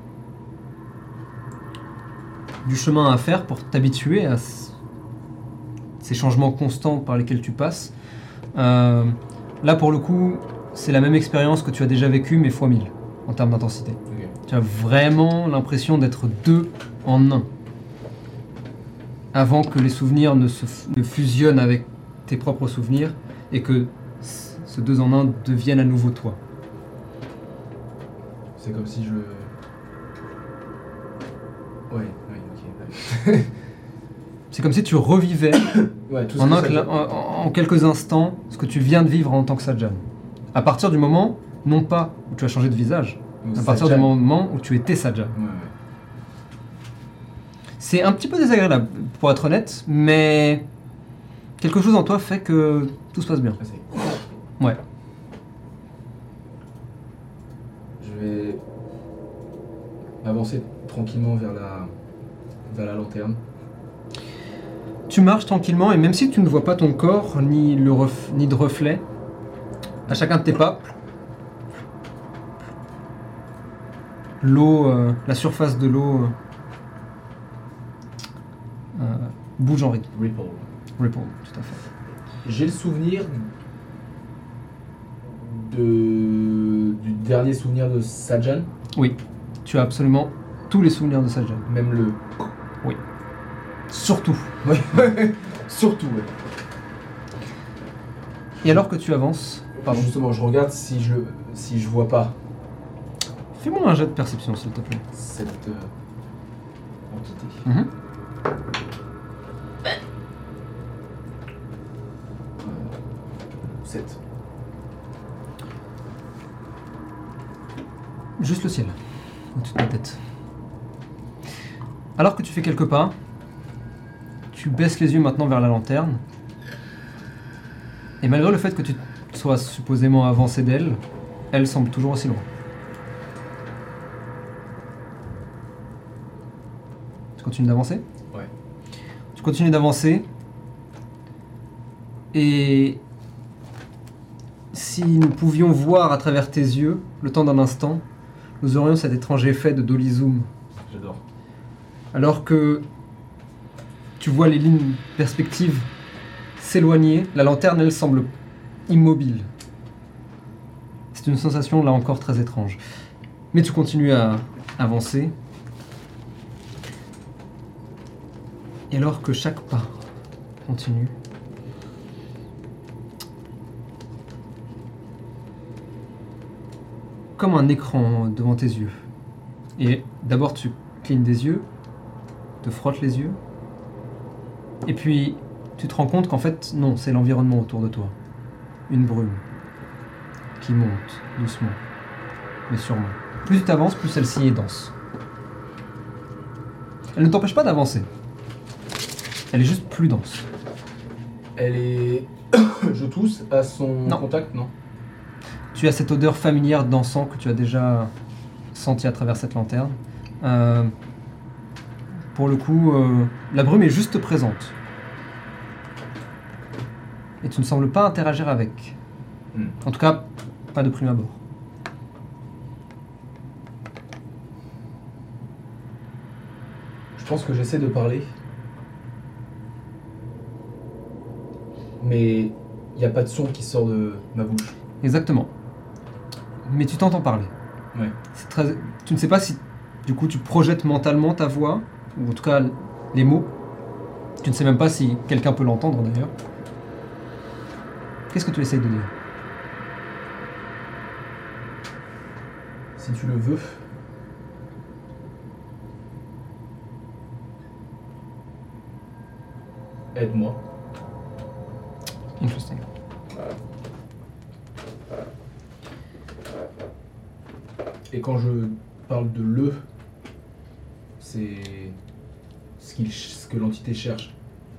du chemin à faire pour t'habituer à c- ces changements constants par lesquels tu passes, euh, là pour le coup, c'est la même expérience que tu as déjà vécue mais fois mille en termes d'intensité. Ok. Tu as vraiment l'impression d'être deux en un. Avant que les souvenirs ne se f- ne fusionnent avec tes propres souvenirs et que c- ce deux en un devienne à nouveau toi. C'est comme si je... Ouais, oui, ok. C'est comme si tu revivais Ouais, tout ce en, que un Sajjan- cla- en- en quelques instants ce que tu viens de vivre en tant que Sajjan. À partir du moment, non pas où tu as changé de visage, Donc, à partir Sajjan- du moment où tu étais Sajjan. Ouais, ouais. C'est un petit peu désagréable, pour être honnête, mais quelque chose en toi fait que tout se passe bien. Ah, c'est- Ouais. Je vais avancer tranquillement vers la, vers la lanterne. Tu marches tranquillement et même si tu ne vois pas ton corps ni, le ref, ni de reflet, à chacun de tes pas, l'eau, euh, la surface de l'eau euh, euh, bouge en rythme. Ripple. Ripple, tout à fait. J'ai le souvenir de... du dernier souvenir de Sajan, Oui, tu as absolument tous les souvenirs de Sajan. même le... Surtout. Surtout, ouais. Et alors que tu avances, pardon, Justement, je regarde si je, si je vois pas fais-moi un jet de perception s'il te plaît. cette euh, entité. Mhm. sept. Juste le ciel, au-dessus de ta tête. Alors que tu fais quelques pas, tu baisses les yeux maintenant vers la lanterne. Et malgré le fait que tu sois supposément avancé d'elle, elle semble toujours aussi loin. Tu continues d'avancer ? Ouais. Tu continues d'avancer. Et si nous pouvions voir à travers tes yeux, le temps d'un instant, nous aurions cet étrange effet de dolly zoom. J'adore. Alors que tu vois les lignes perspectives s'éloigner, la lanterne, elle, semble immobile. C'est une sensation, là encore, très étrange. Mais tu continues à avancer. Et alors que chaque pas continue, comme un écran devant tes yeux. Et d'abord, tu clignes des yeux, te frottes les yeux, et puis tu te rends compte qu'en fait, non, c'est l'environnement autour de toi. Une brume qui monte doucement, mais sûrement. Plus tu t'avances, plus celle-ci est dense. Elle ne t'empêche pas d'avancer. Elle est juste plus dense. Elle est... je tousse à son Non. contact, non? Tu as cette odeur familière d'encens que tu as déjà sentie à travers cette lanterne. Euh, pour le coup, euh, la brume est juste présente. Et tu ne sembles pas interagir avec. Hmm. En tout cas, pas de prime abord. Je pense que j'essaie de parler. Mais il n'y a pas de son qui sort de ma bouche. Exactement. Mais tu t'entends parler. Ouais. C'est très... Tu ne sais pas si, du coup, tu projettes mentalement ta voix, ou en tout cas les mots. Tu ne sais même pas si quelqu'un peut l'entendre d'ailleurs. Qu'est-ce que tu essayes de dire ? Si tu le veux. Aide-moi. Interesting. Et quand je parle de le, c'est ce, qu'il ch- ce que l'entité cherche.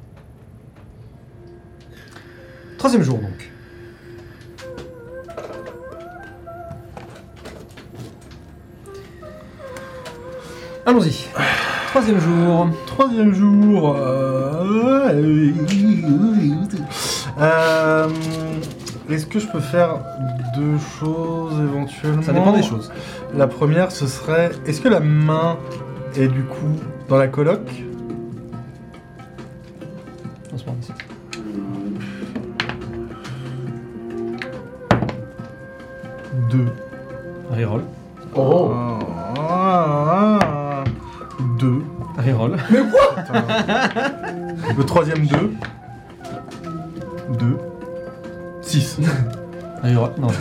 Troisième jour donc. Allons-y. Troisième jour. Troisième jour. euh, euh, Est-ce que je peux faire deux choses éventuellement? Ça dépend des choses. La première, ce serait... Est-ce que la main est du coup dans la coloc? On se parle ici. Deux. Reroll. Oh. Ah, deux. Reroll. Attends. Le troisième deux. Deux. Six. Reroll. Non.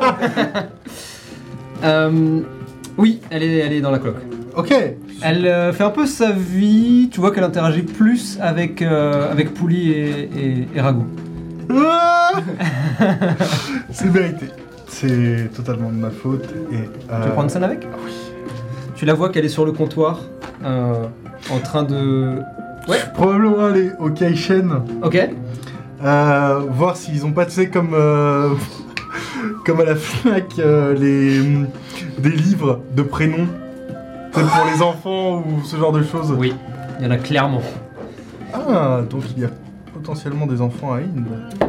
euh, oui, elle est, elle est dans la cloque. Ok. Elle euh, fait un peu sa vie. Tu vois qu'elle interagit plus avec, euh, avec Pouli et, et, et Rago. Ah c'est mérité. C'est totalement de ma faute. Et, euh... Tu veux prendre une scène avec? Oui. Tu la vois qu'elle est sur le comptoir, euh, en train de... Ouais. Probablement aller au Kaishen, Ok. euh, voir s'ils ont pas, tu sais, comme, euh, comme à la Fnac, euh, les, des livres de prénoms C'est pour les enfants ou ce genre de choses. Oui, il y en a clairement. Ah, donc il y a potentiellement des enfants à Inde.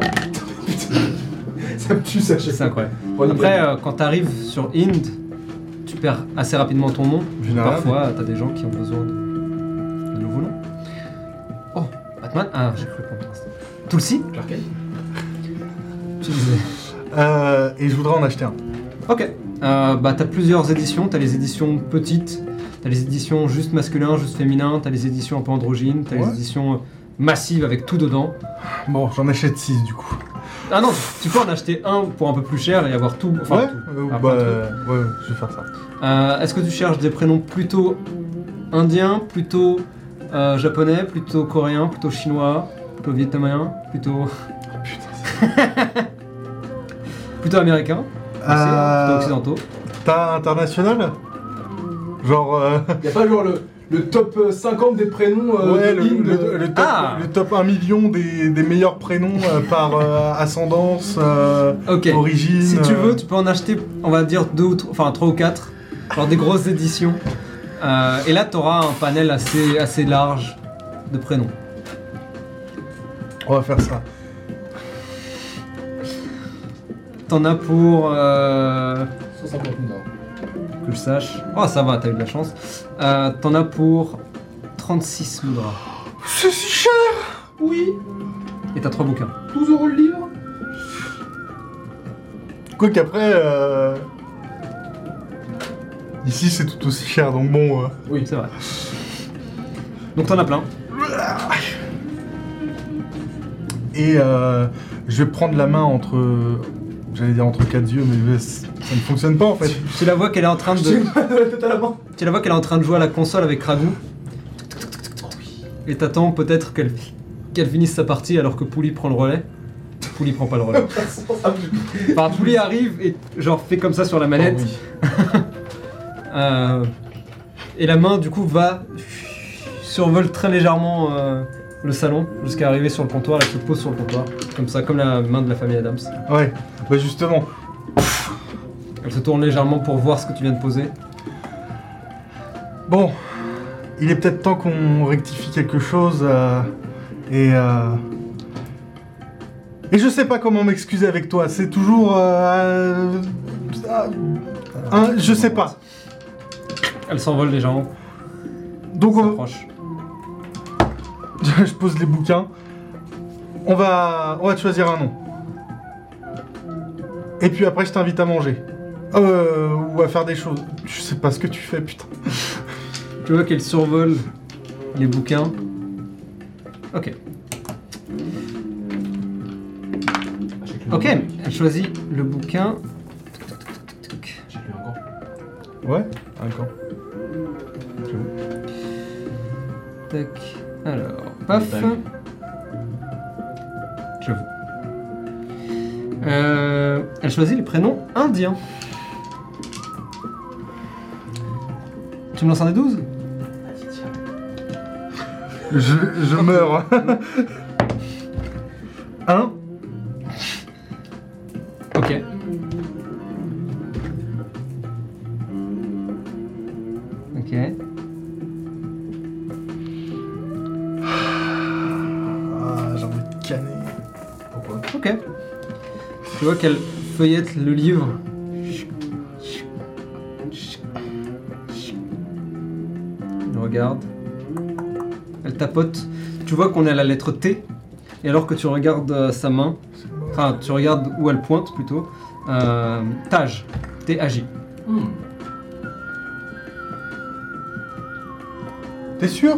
Ça me tue ça, je sais C'est incroyable. pas. Après, euh, quand t'arrives sur Inde, tu perds assez rapidement ton nom. Général. Parfois, t'as des gens qui ont besoin de, de nouveaux noms. Oh, Batman. Ah, j'ai cru comprendre. Tulsi, Clark Kent. tu disais. Euh, et je voudrais en acheter un. Ok. Euh, bah, t'as plusieurs éditions. T'as les éditions petites, t'as les éditions juste masculin, juste féminin, t'as les éditions un peu androgynes, t'as Ouais. les éditions massives avec tout dedans. Bon, j'en achète six du coup. Ah non, tu peux en acheter un pour un peu plus cher et avoir tout. Enfin, ouais, tout. euh, Ah, bah, plein de euh, ouais, je vais faire ça. Euh, Est-ce que tu cherches des prénoms plutôt indiens, plutôt euh, japonais, plutôt coréens, plutôt chinois, plutôt vietnamiens, plutôt. Oh, putain, plutôt américains, aussi, hein, Euh, plutôt occidentaux. T'as international? Genre. Euh, Y'a pas genre le, le top cinquante des prénoms euh, ouais, de le, Inde, le- euh, le top, Ah. le top un million des, des meilleurs prénoms euh, par euh, ascendance, euh, Ok. origine. Si tu euh, veux, tu peux en acheter, on va dire deux ou trois, enfin trois ou quatre, genre des grosses éditions. Euh, et là, tu auras un panel assez, assez large de prénoms. On va faire ça. T'en as pour. Euh, cent cinquante mille dollars. que je sache. Oh, ça va, t'as eu de la chance. Euh, T'en as pour trente-six moudras. C'est si cher! Oui, Et t'as trois bouquins. douze euros le livre. Quoi qu'après. Euh... Ici c'est tout aussi cher donc bon. Euh... Oui, c'est vrai. Donc t'en as plein. Et euh, je vais prendre la main entre. J'allais dire entre quatre yeux, mais ça ne fonctionne pas en fait. Tu la vois qu'elle est en train J'ai de. mal à la tête à la main. Tu la vois qu'elle est en train de jouer à la console avec Ragout. Et t'attends peut-être qu'elle qu'elle finisse sa partie alors que Pouli prend le relais. Pouli prend pas le relais. Enfin, Pouli arrive et genre fait comme ça sur la manette. Oh, oui. Euh, et la main du coup va survole très légèrement euh, le salon jusqu'à arriver sur le comptoir et se pose sur le comptoir. Comme ça, comme la main de la famille Adams. Ouais, bah justement. Elle se tourne légèrement pour voir ce que tu viens de poser. Bon, il est peut-être temps qu'on rectifie quelque chose. euh, et. Euh... Et je sais pas comment m'excuser avec toi. C'est toujours. Euh, euh, hein, je sais pas. Elle s'envole légèrement. Donc on, S'approche. je pose les bouquins. On va, on va te choisir un nom. Et puis après, je t'invite à manger. Euh, ou à faire des choses. Je sais pas ce que tu fais, putain. Tu vois qu'elle survole les bouquins. Ok. Ok, elle choisit le bouquin. J'ai lu encore. Ouais, d'accord. Tac. Alors, paf. Tac. J'avoue. Euh, elle choisit les prénoms indiens. Tu me lances un des douze? Je, je meurs. Un. Ok. Ok. Ah, j'ai envie de canner. Pourquoi? Ok. Tu vois qu'elle feuillette le livre. Elle regarde. Elle tapote. Tu vois qu'on est à la lettre T. Et alors que tu regardes euh, sa main, enfin tu regardes où elle pointe plutôt, euh, Taj. T A J. Hmm. T'es sûr?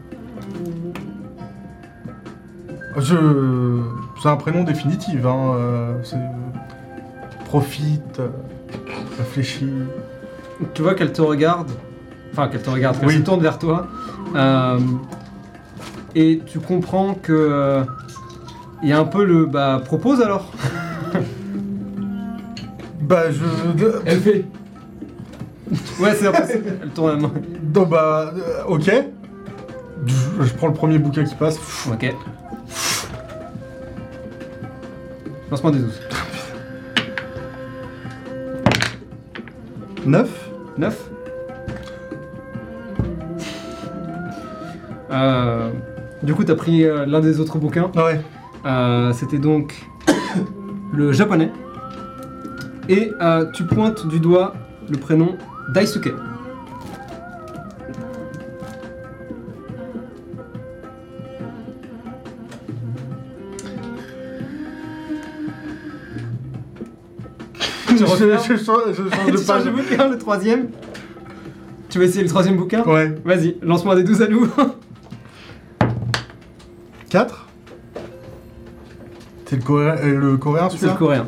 Je. C'est un prénom définitif, hein. euh, c'est. Profite, euh, réfléchis. Tu vois qu'elle te regarde, enfin qu'elle te regarde, qu'elle Oui. se tourne vers toi, euh, et tu comprends que euh, il y a un peu le bah propose alors. Bah, je. Elle fait. Ouais, c'est un peu ça. Elle tourne la main. Donc, bah, euh, ok. Je, je prends le premier bouquin qui passe. Ok. Lancement des douze. Neuf. neuf. Euh, du coup, t'as pris euh, l'un des autres bouquins. Ouais. Euh, C'était donc le japonais. Et euh, tu pointes du doigt le prénom Daisuke. Je, je, refermes. je change, je change de Tu changes page. de bouquin, le troisième. Tu vas essayer le troisième bouquin? Ouais. Vas-y, lance-moi des douze à nous. quatre. C'est le, coré... euh, le coréen C'est celui-là le coréen.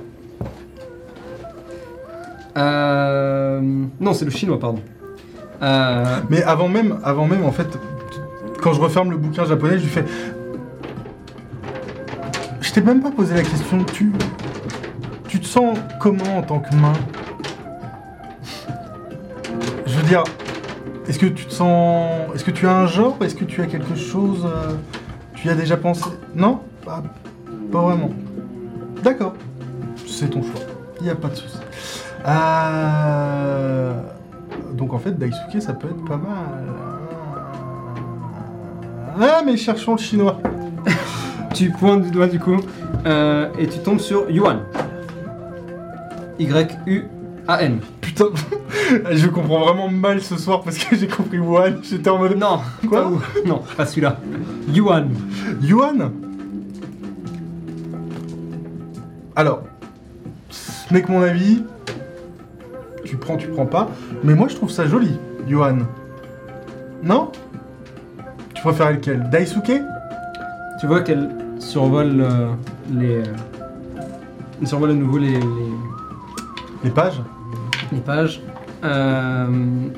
Euh... Non, c'est le chinois, pardon. Euh... Mais avant même, avant même, en fait, quand je referme le bouquin japonais, je lui fais. Je t'ai même pas posé la question. Tu, tu te sens comment en tant que main? Je veux dire, est-ce que tu te sens, est-ce que tu as un genre? Est-ce que tu as quelque chose? euh, Tu y as déjà pensé? Non? Pas, pas vraiment. D'accord. C'est ton choix. Il n'y a pas de souci. Euh... Donc en fait, Daisuke, ça peut être pas mal. Ah, mais cherchons le chinois. Tu pointes du doigt du coup euh, et tu tombes sur Yuan. Y U A N. Putain, je comprends vraiment mal ce soir parce que j'ai compris Wuhan. J'étais en mode. Non, Quoi pas où. Non, pas celui-là. Yuan. Yuan. Alors, ce n'est que mon avis. Tu prends, tu prends pas. Mais moi, je trouve ça joli, Yuan. Non? Tu préfères lequel? Daisuke? Tu vois qu'elle survole euh, les. Euh, elle survole à nouveau les, les, Les pages? les pages. Euh,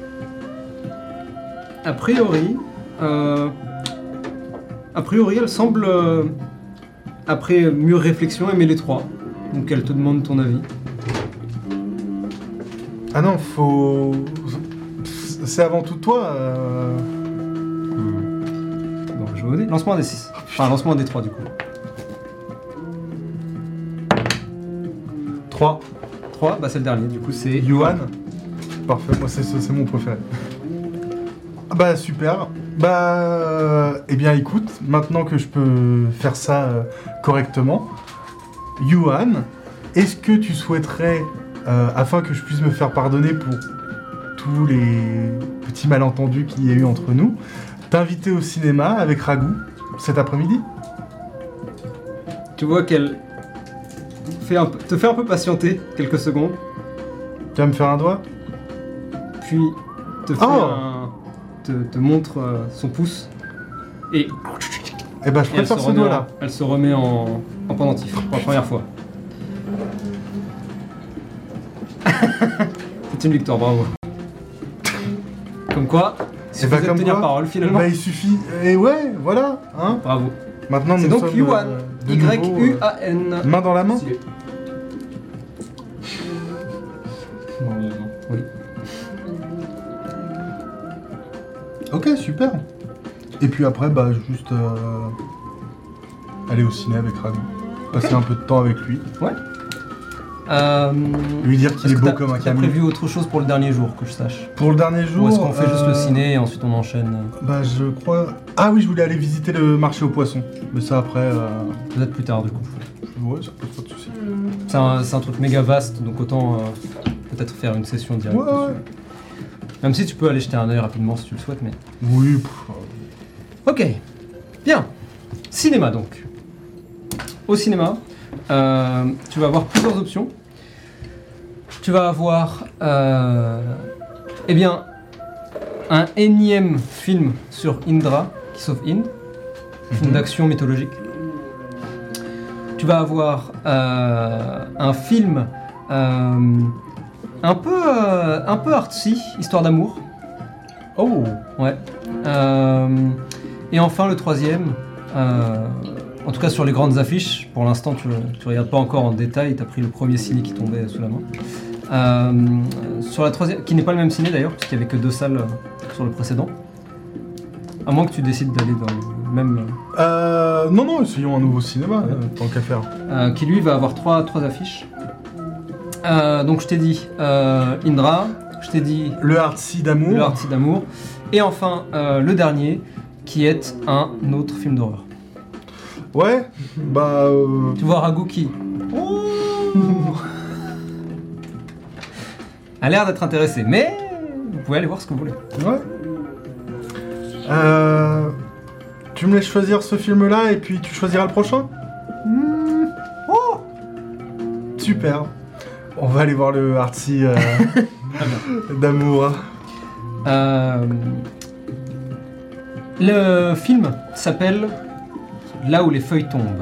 a priori. Euh, a priori, elle semble. Euh, après mûre réflexion, aimer les trois. Donc elle te demande ton avis. Ah non, faut. C'est avant tout toi. Euh... Bon, je vais au dé. Lance-moi un des six. Enfin, lance-moi un des trois du coup. trois. trois, bah c'est le dernier. Du coup, c'est. Yuan. Parfait, moi c'est c'est mon préféré. Ah bah super. Bah, euh, eh bien écoute, maintenant que je peux faire ça euh, correctement, Yuan, est-ce que tu souhaiterais, euh, afin que je puisse me faire pardonner pour tous les petits malentendus qu'il y a eu entre nous, t'inviter au cinéma avec Ragout cet après-midi? Tu vois qu'elle fait un peu- te fait un peu patienter quelques secondes, Tu vas me faire un doigt? puis te fait Oh. un- te, te montre euh, son pouce et, et Eh ben je elle, se préfère ce remet en, doigt-là. elle se remet en, en pendentif pour la première fois. C'est une victoire, bravo. Comme quoi, si Eh vous ben, êtes comme tenir quoi, parole finalement, Bah il suffit. Et ouais, voilà, hein. bravo. Maintenant C'est nous donc sommes Yuan, euh, de Y nouveau, U euh, A N. main dans la main. Stylé. Oui. Ok, super. Et puis après, bah juste euh, aller au ciné avec Ragout. Passer un peu de temps avec lui. Euh, Lui dire qu'il est-ce est que beau t'as- comme un t'as camion. prévu autre chose pour le dernier jour que je sache? Pour le dernier jour. Ou est-ce qu'on fait juste le euh, ciné et ensuite on enchaîne? Bah je crois. Ah oui, je voulais aller visiter le marché aux poissons. Mais ça après. Euh... Peut-être plus tard du coup. Ouais, ça pose pas de soucis. C'est un, c'est un truc méga vaste, donc autant euh, peut-être faire une session directe. Ouais, ouais. dessus. Même si tu peux aller jeter un œil rapidement si tu le souhaites, mais... Oui. pff, Ok, bien. Cinéma donc. Au cinéma, euh, tu vas avoir plusieurs options. Tu vas avoir, euh, eh bien, un énième film sur Indra, qui sauve Inde, film Mhm. d'action mythologique. Tu vas avoir euh, un film euh, un peu, euh, un peu artsy, histoire d'amour. Oh. Ouais. Euh, et enfin le troisième, euh, en tout cas sur les grandes affiches, pour l'instant tu, tu regardes pas encore en détail, tu as pris le premier ciné qui tombait sous la main. Euh, sur la troisième, qui n'est pas le même ciné d'ailleurs, puisqu'il n'y avait que deux salles euh, sur le précédent. À moins que tu décides d'aller dans le même... Euh, non, non, essayons un nouveau cinéma, Ouais. euh, tant qu'à faire. euh, qui lui va avoir trois, trois affiches. Euh, donc je t'ai dit euh, Indra, je t'ai dit Le artsy d'amour. le Artsy d'amour, et enfin euh, le dernier, qui est un autre film d'horreur. Ouais, bah... Euh... Tu vois Ragout qui a l'air d'être intéressé, mais vous pouvez aller voir ce que vous voulez. Ouais. Euh... Tu me laisses choisir ce film-là et puis tu choisiras le prochain ? Mmh. Oh Super. On va aller voir le artsy euh, d'amour. Euh, le film s'appelle Là où les feuilles tombent.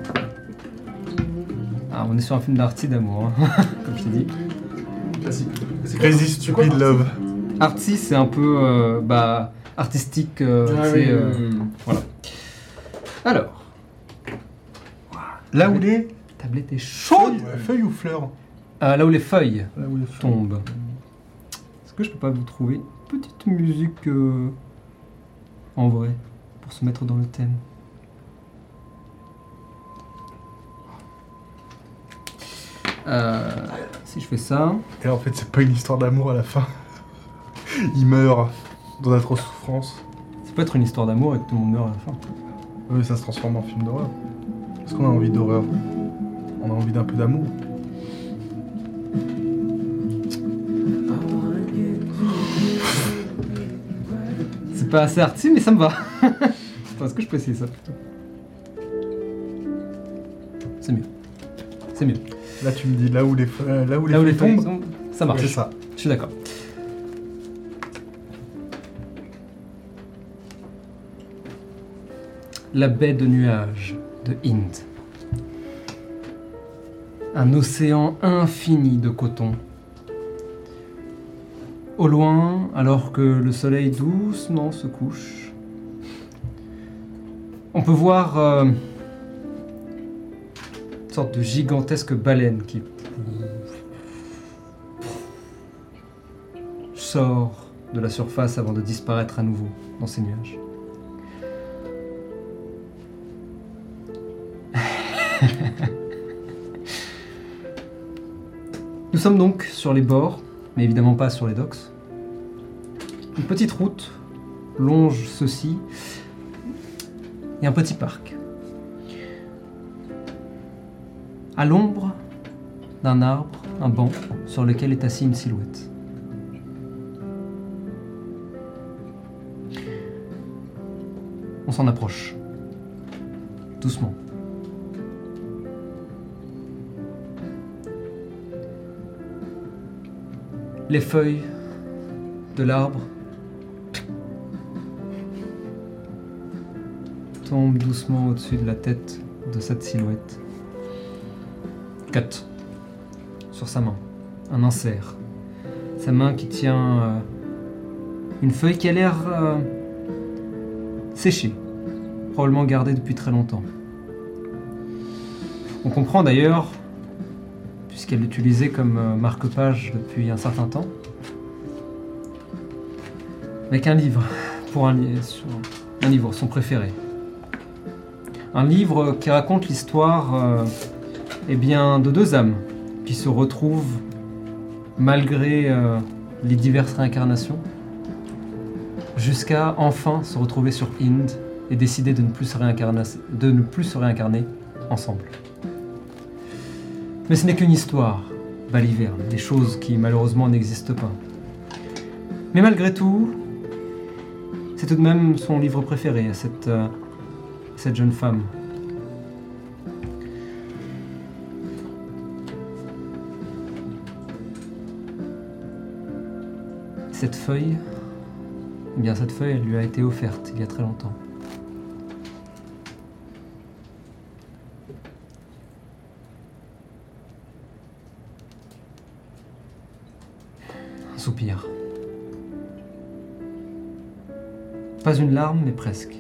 Ah, on est sur un film d'artsy d'amour, hein, comme je t'ai dit. Classique. C'est Crazy c'est quoi, Stupid ça Love. Artsy, c'est un peu euh, bah, artistique. Euh, Ah c'est, oui, euh, oui. Voilà. Alors, Là où les... la tablette est chaude. Feuilles, feuilles ou fleurs ? Euh, là où les feuilles Là où les fleurs. tombent. Est-ce que je peux pas vous trouver une petite musique euh, en vrai pour se mettre dans le thème? Euh, si je fais ça, Et en fait, c'est pas une histoire d'amour à la fin. Il meurt dans d'atroces souffrances. ça peut être une histoire d'amour et que tout le monde meurt à la fin. Oui, ça se transforme en film d'horreur. Est-ce qu'on a envie d'horreur ? On a envie d'un peu d'amour. C'est pas assez arty, mais ça me va. Attends, est-ce que je peux essayer ça plutôt? C'est mieux. C'est mieux. Là, tu me dis là où les, fe- euh, là où les Là où les feuilles feuilles tombent. tombent, ça marche. C'est ça. Je suis d'accord. La baie de nuages de Hind. Un océan infini de coton. Au loin, alors que le soleil doucement se couche, on peut voir euh, une sorte de gigantesque baleine qui sort de la surface avant de disparaître à nouveau dans ces nuages. Nous sommes donc sur les bords, mais évidemment pas sur les docks. Une petite route longe ceci et un petit parc. À l'ombre d'un arbre, un banc sur lequel est assis une silhouette. On s'en approche, doucement. Les feuilles de l'arbre tombent doucement au-dessus de la tête de cette silhouette. Cut sur sa main, un insert. Sa main qui tient euh, une feuille qui a l'air euh, séchée, probablement gardée depuis très longtemps. On comprend d'ailleurs, puisqu'elle l'utilisait comme euh, marque-page depuis un certain temps, avec un livre, pour un, li- sur, un livre, son préféré. Un livre qui raconte l'histoire euh, eh bien, de deux âmes qui se retrouvent malgré euh, les diverses réincarnations, jusqu'à enfin se retrouver sur Hind et décider de ne plus se réincarner, de ne plus se réincarner ensemble. Mais ce n'est qu'une histoire, baliverne, des choses qui malheureusement n'existent pas. Mais malgré tout, c'est tout de même son livre préféré à cette, euh, cette jeune femme. Cette feuille, eh bien cette feuille, elle lui a été offerte il y a très longtemps. Un soupir. Pas une larme, mais presque.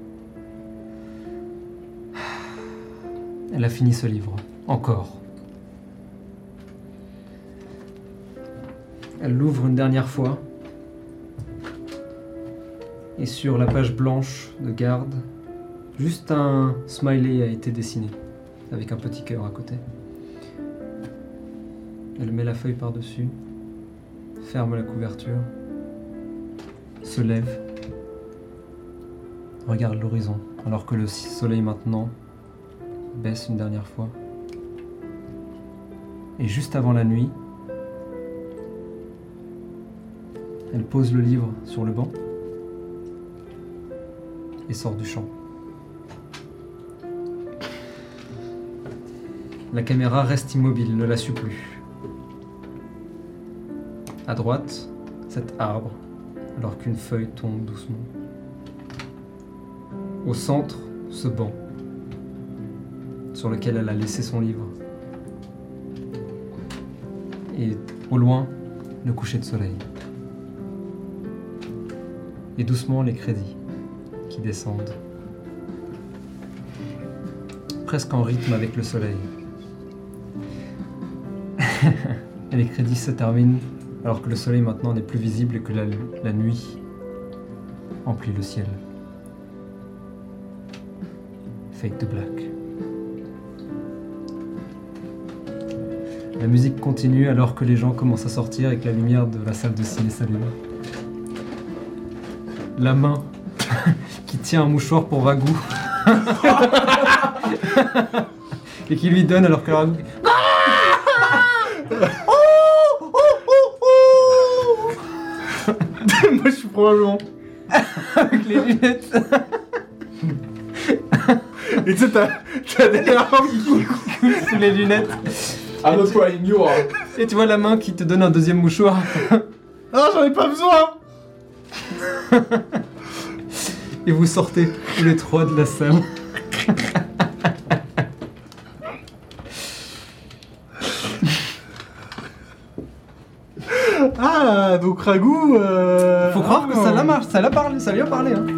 Elle a fini ce livre. Encore. Elle l'ouvre une dernière fois. Et sur la page blanche de garde, juste un smiley a été dessiné, avec un petit cœur à côté. Elle met la feuille par-dessus, ferme la couverture, se lève regarde l'horizon, alors que le soleil maintenant baisse une dernière fois. Et juste avant la nuit, elle pose le livre sur le banc et sort du champ. La caméra reste immobile, ne la suit plus. À droite, cet arbre, alors qu'une feuille tombe doucement. Au centre, ce banc, sur lequel elle a laissé son livre. Et au loin, le coucher de soleil. Et doucement, les crédits qui descendent. Presque en rythme avec le soleil. Et les crédits se terminent alors que le soleil maintenant n'est plus visible et que la, la nuit emplit le ciel. Fade to black. La musique continue alors que les gens commencent à sortir et que la lumière de la salle de ciné s'allume. La main qui tient un mouchoir pour Ragou et qui lui donne alors que Ragou... Moi je suis probablement. avec les lunettes. Et tu sais, t'as, t'as des larmes qui coulent. Sous les lunettes. I'm not crying, you are. Et tu vois la main qui te donne un deuxième mouchoir. Ah, j'en ai pas besoin. Et vous sortez tous les trois de la salle. Ah, donc Ragou. Euh... Faut croire ah, que ça l'a marché, ça l'a parlé, ça lui a parlé. Hein.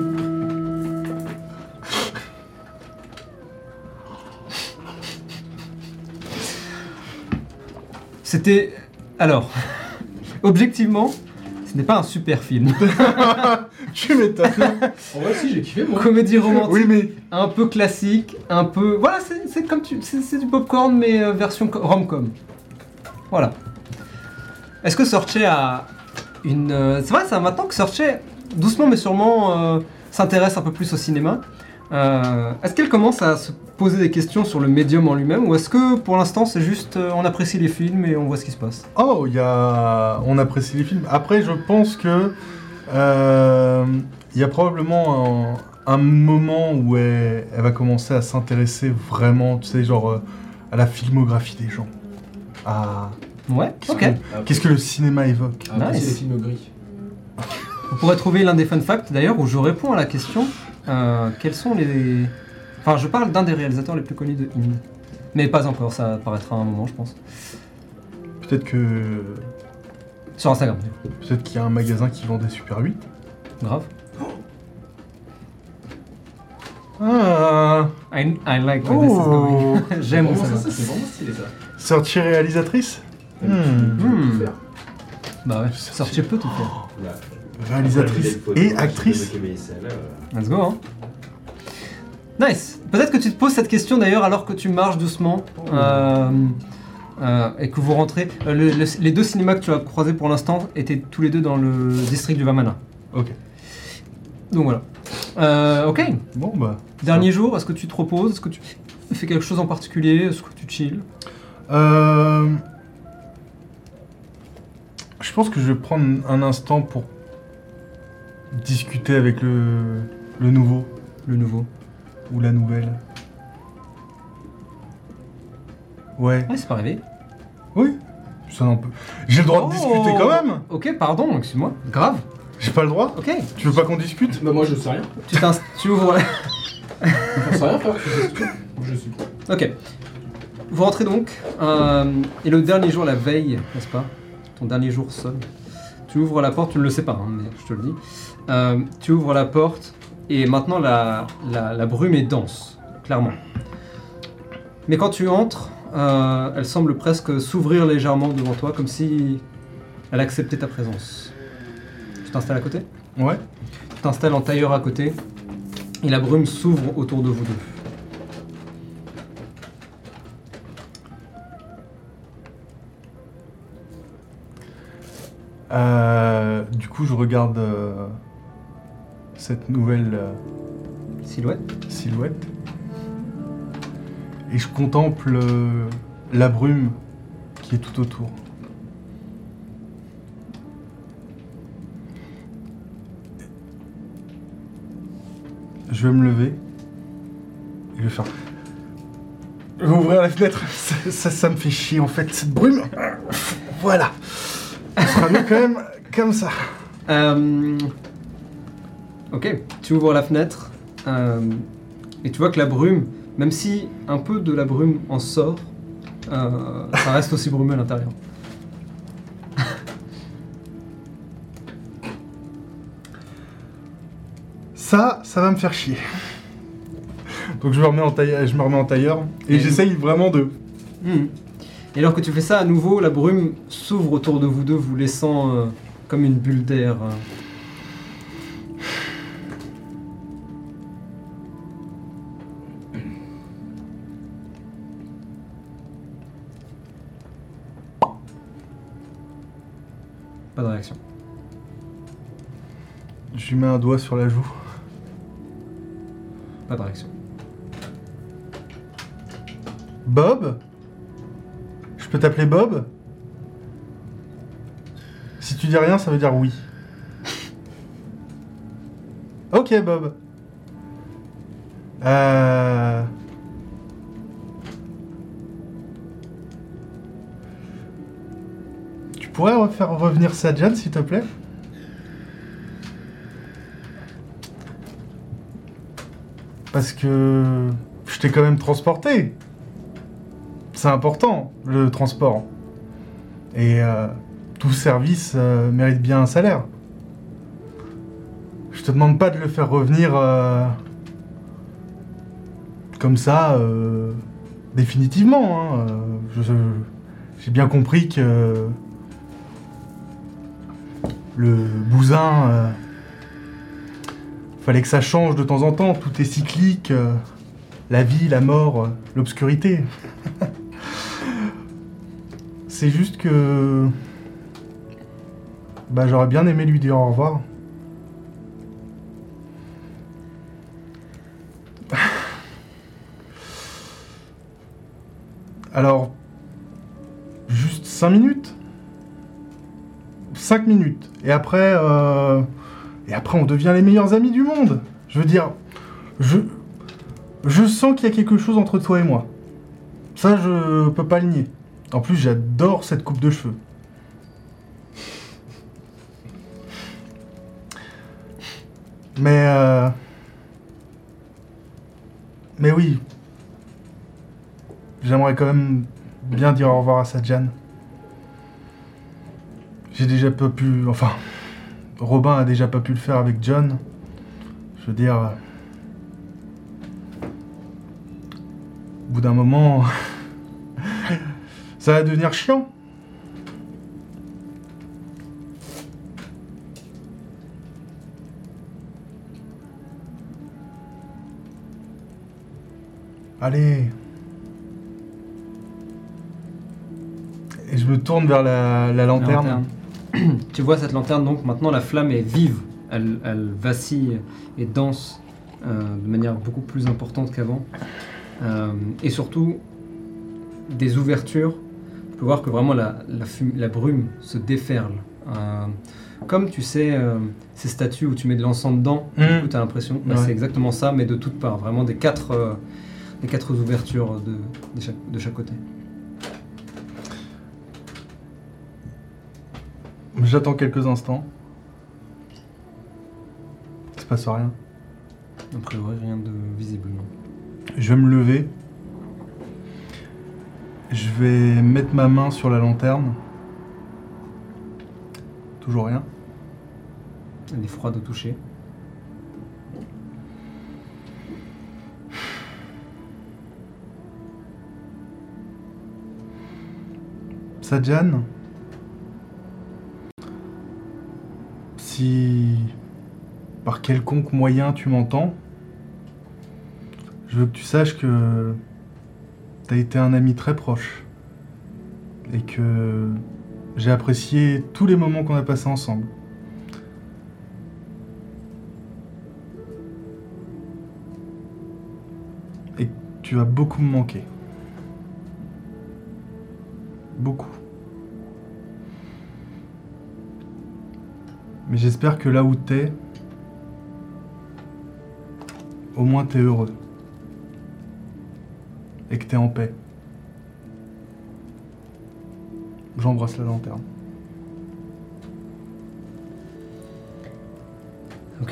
C'était... Alors, objectivement, ce n'est pas un super film. Tu m'étonnes. En vrai, si, j'ai kiffé, moi. Comédie romantique, Oui, mais. un peu classique, un peu... Voilà, c'est, c'est comme tu... C'est, c'est du popcorn, mais euh, version co- rom-com. Voilà. Est-ce que Sorche a une... euh, C'est vrai, c'est maintenant que Sorche, doucement mais sûrement, euh, s'intéresse un peu plus au cinéma. Euh, est-ce qu'elle commence à se poser des questions sur le médium en lui-même, ou est-ce que pour l'instant c'est juste euh, on apprécie les films et on voit ce qui se passe? Oh, il y a. On apprécie les films. Après, je pense que. euh, Il y a probablement un, un moment où elle, elle va commencer à s'intéresser vraiment, tu sais, genre, euh, à la filmographie des gens. À. Ouais, Qu'est-ce ok. que, qu'est-ce que le cinéma évoque? Après, Nice. c'est les films gris. Vous pourrez trouver l'un des fun facts d'ailleurs où je réponds à la question euh, quels sont les... Enfin, je parle d'un des réalisateurs les plus connus de Inde. Mais pas encore, ça apparaîtra à un moment, je pense. Peut-être que. Sur Instagram, Peut-être qu'il y a un magasin qui vend des Super huit. grave. Ah. I, I like where this is Oh. going. J'aime où Vraiment, ça ça, va. ça, c'est vraiment stylé, ça. Sortie réalisatrice. Hmm. Hmm. Faire. Bah ouais, Sorche peut tout faire. Là. Réalisatrice et actrice. Let's go, hein. Nice. Peut-être que tu te poses cette question d'ailleurs alors que tu marches doucement euh, euh, et que vous rentrez. Euh, le- le- les deux cinémas que tu as croisés pour l'instant étaient tous les deux dans le district du Vamana. Ok. Donc voilà. Euh, ok. Bon bah. Dernier jour, est-ce que tu te reposes? Est-ce que tu fais quelque chose en particulier? Est-ce que tu chill? Euh... Je pense que je vais prendre un instant pour discuter avec le, le nouveau Le nouveau. ou la nouvelle. Ouais. Ouais, c'est pas arrivé. Oui. Ça n'en peut. J'ai le droit de discuter quand même. Ok, pardon, excuse-moi. Grave. J'ai pas le droit. Ok. Tu veux pas qu'on discute? Bah, moi, je sais rien. Tu t'inst- tu ouvres la... Je sais rien, frère. Tu sais ce que je suis. Ok. Vous rentrez donc, euh, et le dernier jour, la veille, n'est-ce pas? Ton dernier jour seul. Tu ouvres la porte, tu ne le sais pas, hein, mais je te le dis. Euh, tu ouvres la porte, et maintenant la, la, la brume est dense, clairement. Mais quand tu entres, euh, elle semble presque s'ouvrir légèrement devant toi, comme si elle acceptait ta présence. Tu t'installes à côté? Ouais. Tu t'installes en tailleur à côté, et la brume s'ouvre autour de vous deux. Euh, du coup, je regarde euh, cette nouvelle euh, Silhouette. silhouette. Et je contemple euh, la brume qui est tout autour. Je vais me lever. Et je vais faire... Je vais ouvrir la fenêtre. Ça, ça, ça me fait chier en fait, cette brume. Voilà. Ça sera mieux quand même comme ça. Euh... Ok, tu ouvres la fenêtre euh, et tu vois que la brume, même si un peu de la brume en sort, euh, ça reste aussi brumeux à l'intérieur. Ça, ça va me faire chier. Donc je me remets en, taille... je me remets en tailleur et, et j'essaye vraiment de... Mmh. Et alors que tu fais ça, à nouveau, la brume s'ouvre autour de vous deux, vous laissant euh, comme une bulle d'air. Euh. Pas de réaction. Je lui mets un doigt sur la joue. Pas de réaction. Bob ? Je peux t'appeler Bob ? Si tu dis rien, ça veut dire oui. Ok, Bob. Euh... Tu pourrais refaire revenir Sadjan, s'il te plaît ? Parce que je t'ai quand même transporté. C'est important, le transport. Et euh, tout service euh, mérite bien un salaire. Je te demande pas de le faire revenir euh, comme ça, euh, définitivement. Hein. Je, je, j'ai bien compris que le bousin... Euh, fallait que ça change de temps en temps, tout est cyclique, euh, la vie, la mort, euh, l'obscurité. C'est juste que... Bah j'aurais bien aimé lui dire au revoir. Alors... Juste cinq minutes ? cinq minutes. Et après... Euh... Et après, on devient les meilleurs amis du monde. Je veux dire, je, je sens qu'il y a quelque chose entre toi et moi. Ça, je peux pas le nier. En plus, j'adore cette coupe de cheveux. Mais, euh... mais oui, j'aimerais quand même bien dire au revoir à Sadjan. J'ai déjà pas pu, enfin. Robin a déjà pas pu le faire avec John. Je veux dire... Euh, au bout d'un moment... ça va devenir chiant. Allez. Et je me tourne vers la, la lanterne. La lanterne. Tu vois cette lanterne, donc maintenant la flamme est vive, elle, elle vacille et danse euh, de manière beaucoup plus importante qu'avant. Euh, et surtout, des ouvertures, tu peux voir que vraiment la, la, fum- la brume se déferle. Euh, comme tu sais, euh, ces statues où tu mets de l'encens dedans, mmh. Du coup tu as l'impression, bah, ouais. C'est exactement ça, mais de toutes parts, vraiment des quatre, euh, des quatre ouvertures de, de, chaque, de chaque côté. J'attends quelques instants. Il se passe rien. A priori, rien de visible, non. Je vais me lever. Je vais mettre ma main sur la lanterne. Toujours rien. Elle est froide au toucher. Sadjan ? Si par quelconque moyen tu m'entends, je veux que tu saches que t'as été un ami très proche et que j'ai apprécié tous les moments qu'on a passés ensemble. tu vas beaucoup me manquer. Beaucoup. Mais j'espère que là où t'es, au moins t'es heureux. Et que t'es en paix. J'embrasse la lanterne. Ok.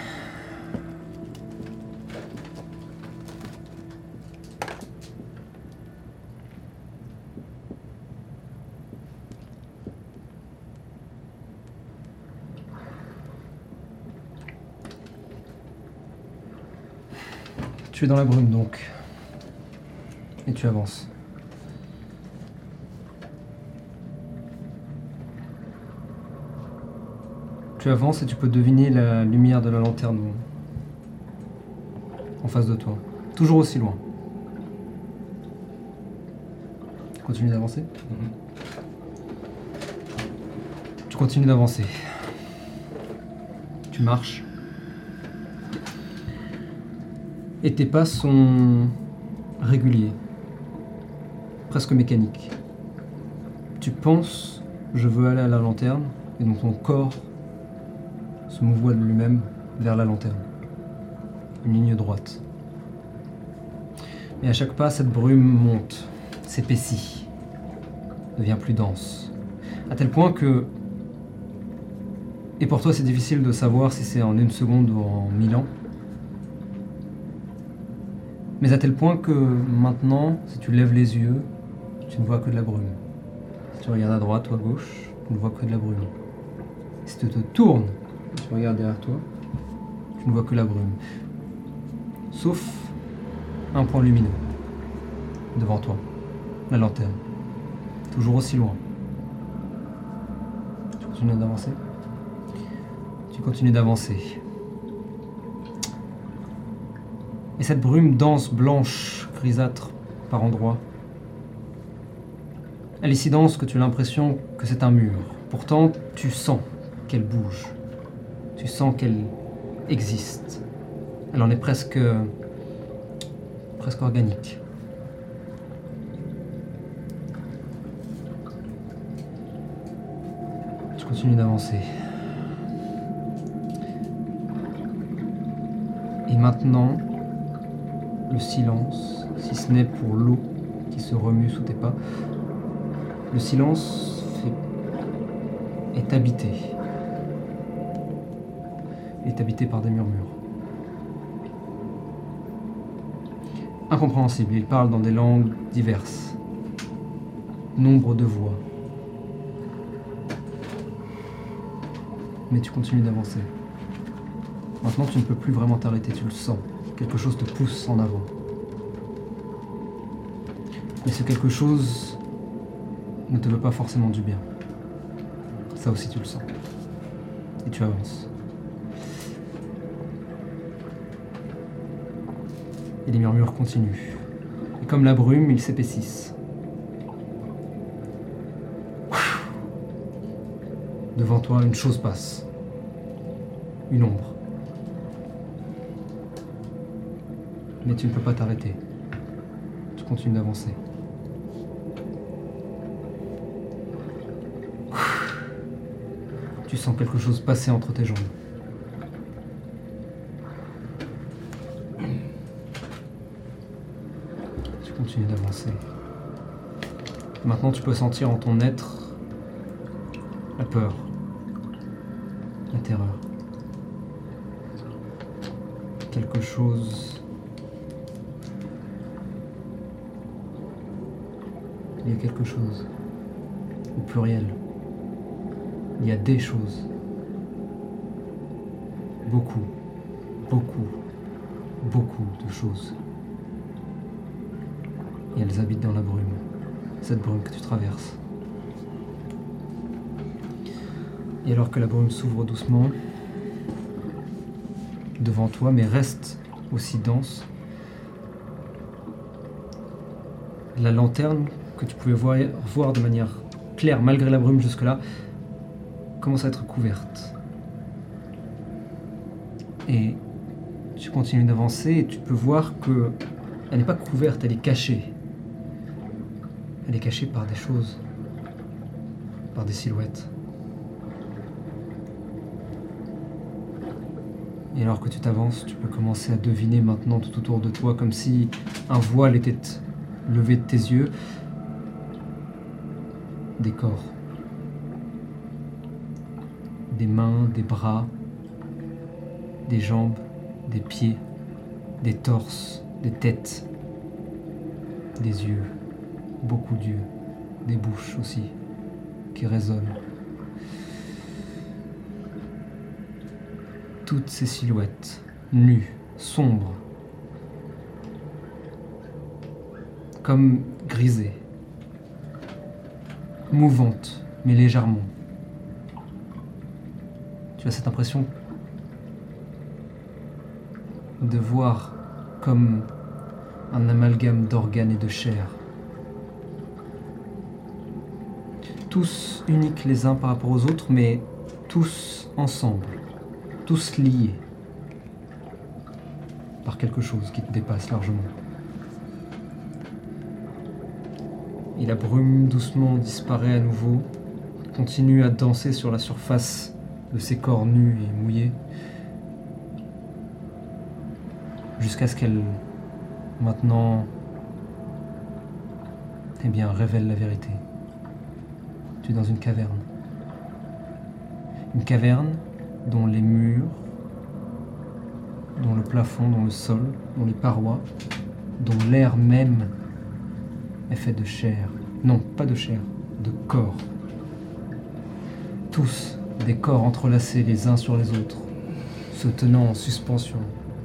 Tu es dans la brume donc. Et tu avances. Tu avances et tu peux deviner la lumière de la lanterne en face de toi. Toujours aussi loin. Tu continues d'avancer ? Mhm. Tu continues d'avancer. Tu marches. Et tes pas sont réguliers, presque mécaniques. Tu penses, je veux aller à la lanterne, et donc ton corps se mouvoie de lui-même vers la lanterne. Une ligne droite. Mais à chaque pas, cette brume monte, s'épaissit, devient plus dense. À tel point que... Et pour toi, c'est difficile de savoir si c'est en une seconde ou en mille ans. Mais à tel point que maintenant, si tu lèves les yeux, tu ne vois que de la brume. Si tu regardes à droite ou à gauche, tu ne vois que de la brume. Si tu te tournes, et tu regardes derrière toi, tu ne vois que la brume. Sauf un point lumineux devant toi, la lanterne. Toujours aussi loin. Tu continues d'avancer. Tu continues d'avancer. Et cette brume dense, blanche, grisâtre, par endroits, elle est si dense que tu as l'impression que c'est un mur. Pourtant, tu sens qu'elle bouge. Tu sens qu'elle existe. Elle en est presque... presque organique. Tu continues d'avancer. Et maintenant... le silence, si ce n'est pour l'eau qui se remue sous tes pas, le silence fait... est habité. Il est habité par des murmures. Incompréhensibles, ils parlent dans des langues diverses. Nombre de voix. Mais tu continues d'avancer. Maintenant, tu ne peux plus vraiment t'arrêter, tu le sens. Quelque chose te pousse en avant. Mais ce quelque chose ne te veut pas forcément du bien. Ça aussi tu le sens. Et tu avances. Et les murmures continuent. Et comme la brume, ils s'épaississent. Devant toi, une chose passe. Une ombre. Mais tu ne peux pas t'arrêter. Tu continues d'avancer. Tu sens quelque chose passer entre tes jambes. Tu continues d'avancer. Maintenant, tu peux sentir en ton être la peur, la terreur. Quelque chose... Il y a quelque chose, au pluriel. Il y a des choses. Beaucoup, beaucoup, beaucoup de choses. Et elles habitent dans la brume, cette brume que tu traverses. Et alors que la brume s'ouvre doucement, devant toi, mais reste aussi dense, la lanterne que tu pouvais voir, voir de manière claire malgré la brume jusque-là, commence à être couverte. Et tu continues d'avancer et tu peux voir que Elle n'est pas couverte, elle est cachée. Elle est cachée par des choses, par des silhouettes. Et alors que tu t'avances, tu peux commencer à deviner maintenant tout autour de toi, comme si un voile était levé de tes yeux, des corps. Des mains, des bras, des jambes, des pieds, des torses, des têtes, des yeux, beaucoup d'yeux, des bouches aussi, qui résonnent. Toutes ces silhouettes, nues, sombres, comme grisées, mouvantes, mais légèrement. Tu as cette impression de voir comme un amalgame d'organes et de chair. Tous uniques les uns par rapport aux autres, mais tous ensemble. Tous liés par quelque chose qui te dépasse largement. Et la brume doucement disparaît à nouveau, continue à danser sur la surface de ces corps nus et mouillés, jusqu'à ce qu'elle, maintenant, eh bien, révèle la vérité. Tu es dans une caverne. Une caverne dont les murs, dont le plafond, dont le sol, dont les parois, dont l'air même est fait de chair. Non, pas de chair, de corps. Tous des corps entrelacés les uns sur les autres, se tenant en suspension.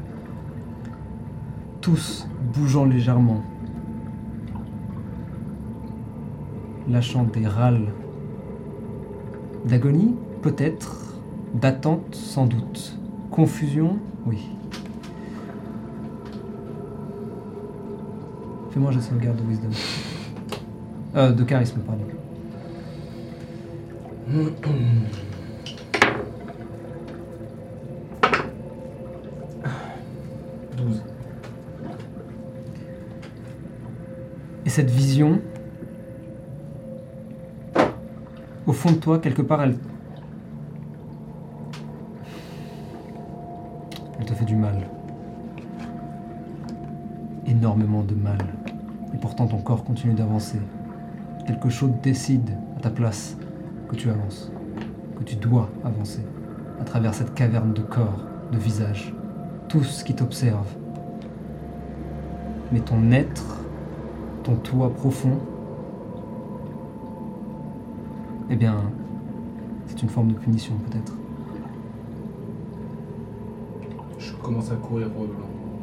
Tous bougeant légèrement, lâchant des râles d'agonie, peut-être. D'attente, sans doute. Confusion, oui. Fais-moi un jet de sauvegarde de wisdom. Euh, de charisme, pardon. douze. Et cette vision, au fond de toi, quelque part, elle Elle te fait du mal. Énormément de mal. Et pourtant ton corps continue d'avancer. Quelque chose décide à ta place que tu avances. Que tu dois avancer. À travers cette caverne de corps, de visages. Tous qui t'observent. Mais ton être, ton toi profond, eh bien, c'est une forme de punition peut-être. Je commence à courir probablement.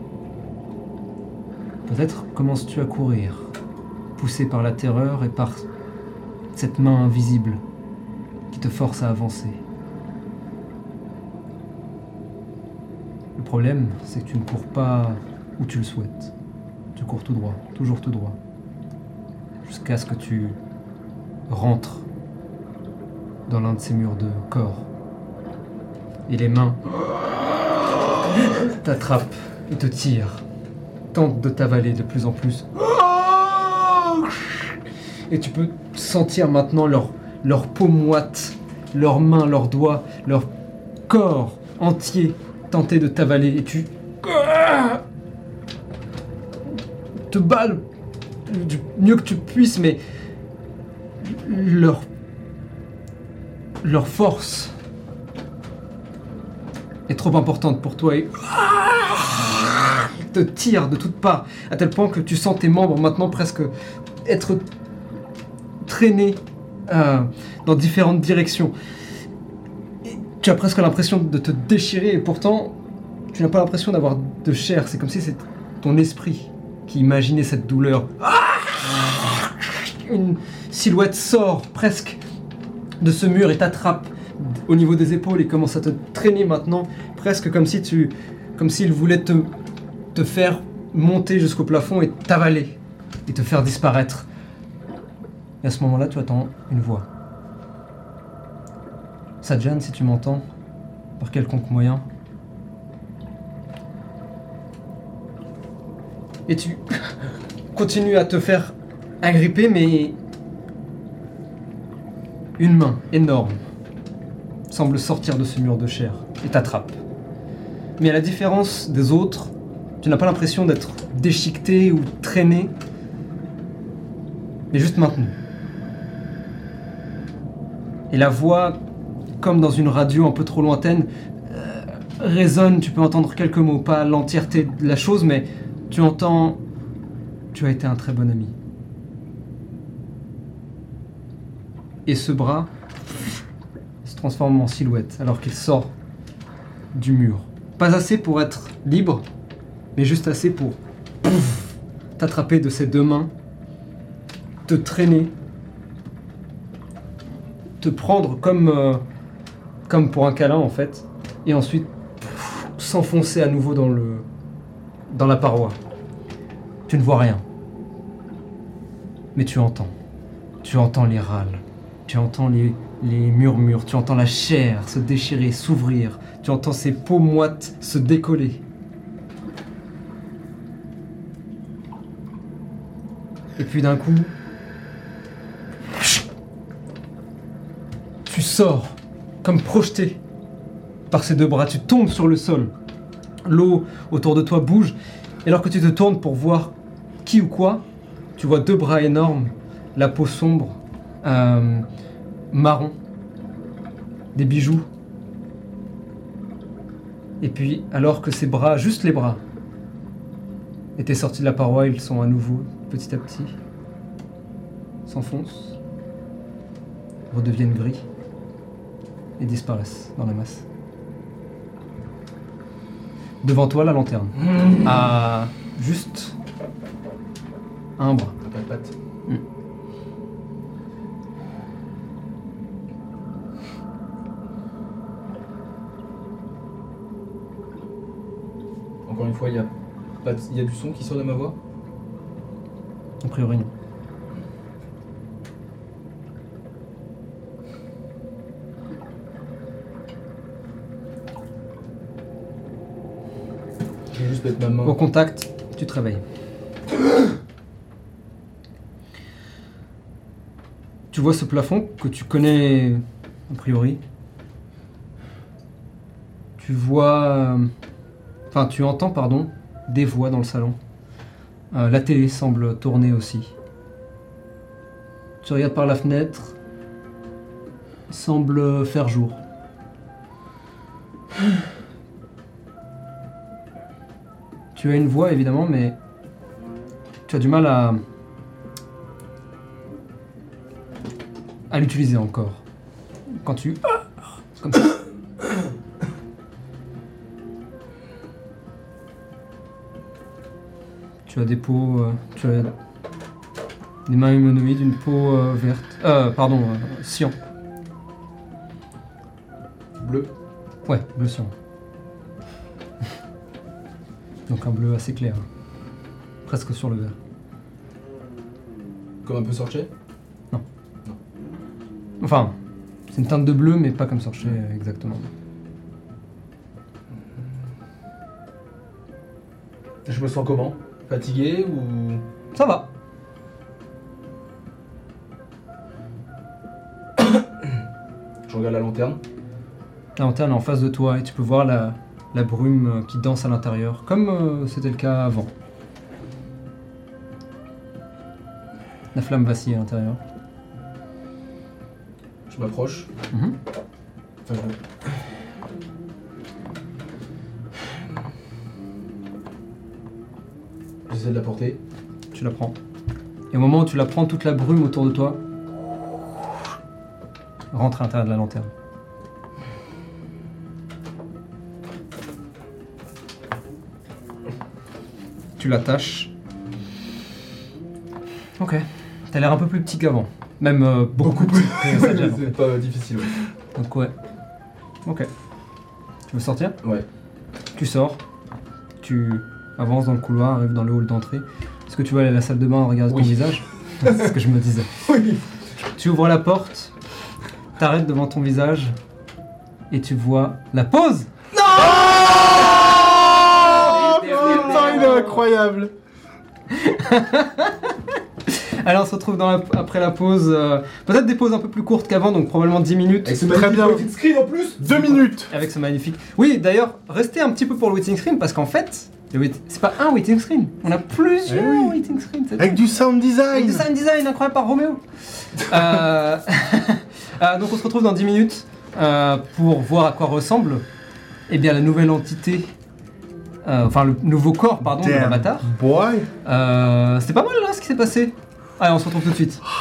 Peut-être commences-tu à courir, poussé par la terreur et par cette main invisible qui te force à avancer. Le problème, c'est que tu ne cours pas où tu le souhaites. Tu cours tout droit, toujours tout droit, jusqu'à ce que tu rentres dans l'un de ces murs de corps. Et les mains t'attrapent et te tirent, tentent de t'avaler de plus en plus. Et tu peux sentir maintenant leur, leur peau moite, leurs mains, leurs doigts, leur corps entier tenter de t'avaler. Et tu te bats du mieux que tu puisses, mais leur, leur force est trop importante pour toi et te tire de toutes parts, à tel point que tu sens tes membres maintenant presque être traînés euh, dans différentes directions. Et tu as presque l'impression de te déchirer et pourtant tu n'as pas l'impression d'avoir de chair. C'est comme si c'était ton esprit qui imaginait cette douleur. Une silhouette sort presque de ce mur et t'attrape au niveau des épaules et commence à te traîner maintenant, presque comme si tu, comme s'il voulait te, te faire monter jusqu'au plafond et t'avaler et te faire disparaître. Et à ce moment-là, tu entends une voix. Sadjan, si tu m'entends, par quelconque moyen, Et tu continues à te faire agripper, mais une main énorme semble sortir de ce mur de chair et t'attrape. Mais à la différence des autres, tu n'as pas l'impression d'être déchiqueté ou traîné, mais juste maintenu. Et la voix, comme dans une radio un peu trop lointaine, euh, résonne, tu peux entendre quelques mots, pas l'entièreté de la chose, mais tu entends « Tu as été un très bon ami ». Et ce bras se transforme en silhouette alors qu'il sort du mur. Pas assez pour être libre, mais juste assez pour pouf, t'attraper de ses deux mains, te traîner, te prendre comme, euh, comme pour un câlin en fait, et ensuite pff, s'enfoncer à nouveau dans, le, dans la paroi. Tu ne vois rien, mais tu entends. Tu entends les râles, tu entends les, les murmures, tu entends la chair se déchirer, s'ouvrir, tu entends ses peaux moites se décoller. Et puis d'un coup, tu sors, comme projeté par ses deux bras, tu tombes sur le sol. L'eau autour de toi bouge, et alors que tu te tournes pour voir qui ou quoi, tu vois deux bras énormes, la peau sombre, euh, marron, des bijoux. Et puis, alors que ces bras, juste les bras, étaient sortis de la paroi, ils sont à nouveau, petit à petit, s'enfoncent, redeviennent gris et disparaissent dans la masse. Devant toi, la lanterne, mmh. à juste un bras. Pas de patte. Mmh. Encore une fois, il y a pas de- il y a du son qui sort de ma voix. A priori, non. Je vais juste mettre ma main. Au contact, tu te réveilles. Tu vois ce plafond que tu connais a priori. Tu vois... euh, Enfin, tu entends, pardon, des voix dans le salon. Euh, la télé semble tourner aussi. Tu regardes par la fenêtre. Il semble faire jour. Tu as une voix évidemment, mais tu as du mal à à l'utiliser encore. Quand tu c'est comme ça. Tu as des peaux, euh, tu as des mains humanoïdes, une peau euh, verte, euh, pardon, euh, cyan. Bleu. Ouais, bleu cyan. Donc un bleu assez clair, presque sur le vert. Comme un peu sorché. Enfin, c'est une teinte de bleu, mais pas comme Sorcher exactement. Je me sens comment? Fatigué ou... Ça va. Je regarde la lanterne. La lanterne est en face de toi et tu peux voir la, la brume euh, qui danse à l'intérieur, comme euh, c'était le cas avant. La flamme vacille à l'intérieur. Je m'approche. Mhm. Enfin, je... J'essaie de la porter. Tu la prends. Et au moment où tu la prends, toute la brume autour de toi rentre à l'intérieur de la lanterne. Tu l'attaches. Ok. T'as l'air un peu plus petit qu'avant. Même euh, beaucoup, plus petit que ça, déjà, en fait. C'est pas difficile, ouais. Donc ouais. Ok. Tu veux sortir? Ouais. Tu sors. Tu avances dans le couloir, arrives dans le hall d'entrée. Est-ce que tu vas aller à la salle de bain en regardant Oui. ton visage? C'est ce que je me disais. Oui. Tu ouvres la porte, t'arrêtes devant ton visage et tu vois la pause. Oh putain, il est incroyable. Alors on se retrouve dans la- après la pause, euh, peut-être des pauses un peu plus courtes qu'avant, donc probablement dix minutes. Avec ce Très magnifique bien. waiting screen en plus. Deux minutes. Avec ce magnifique. Oui, d'ailleurs, restez un petit peu pour le waiting screen parce qu'en fait, le wait- c'est pas un waiting screen, on a plusieurs Eh oui. waiting screens. c'est Avec du sound Avec design. du sound design incroyable par Roméo. Euh, euh, donc on se retrouve dans dix minutes euh, pour voir à quoi ressemble eh bien, la nouvelle entité, euh, enfin le nouveau corps pardon, de Damn. l'avatar. Boy. Euh, C'était pas mal là ce qui s'est passé. Allez, on se retrouve tout de suite.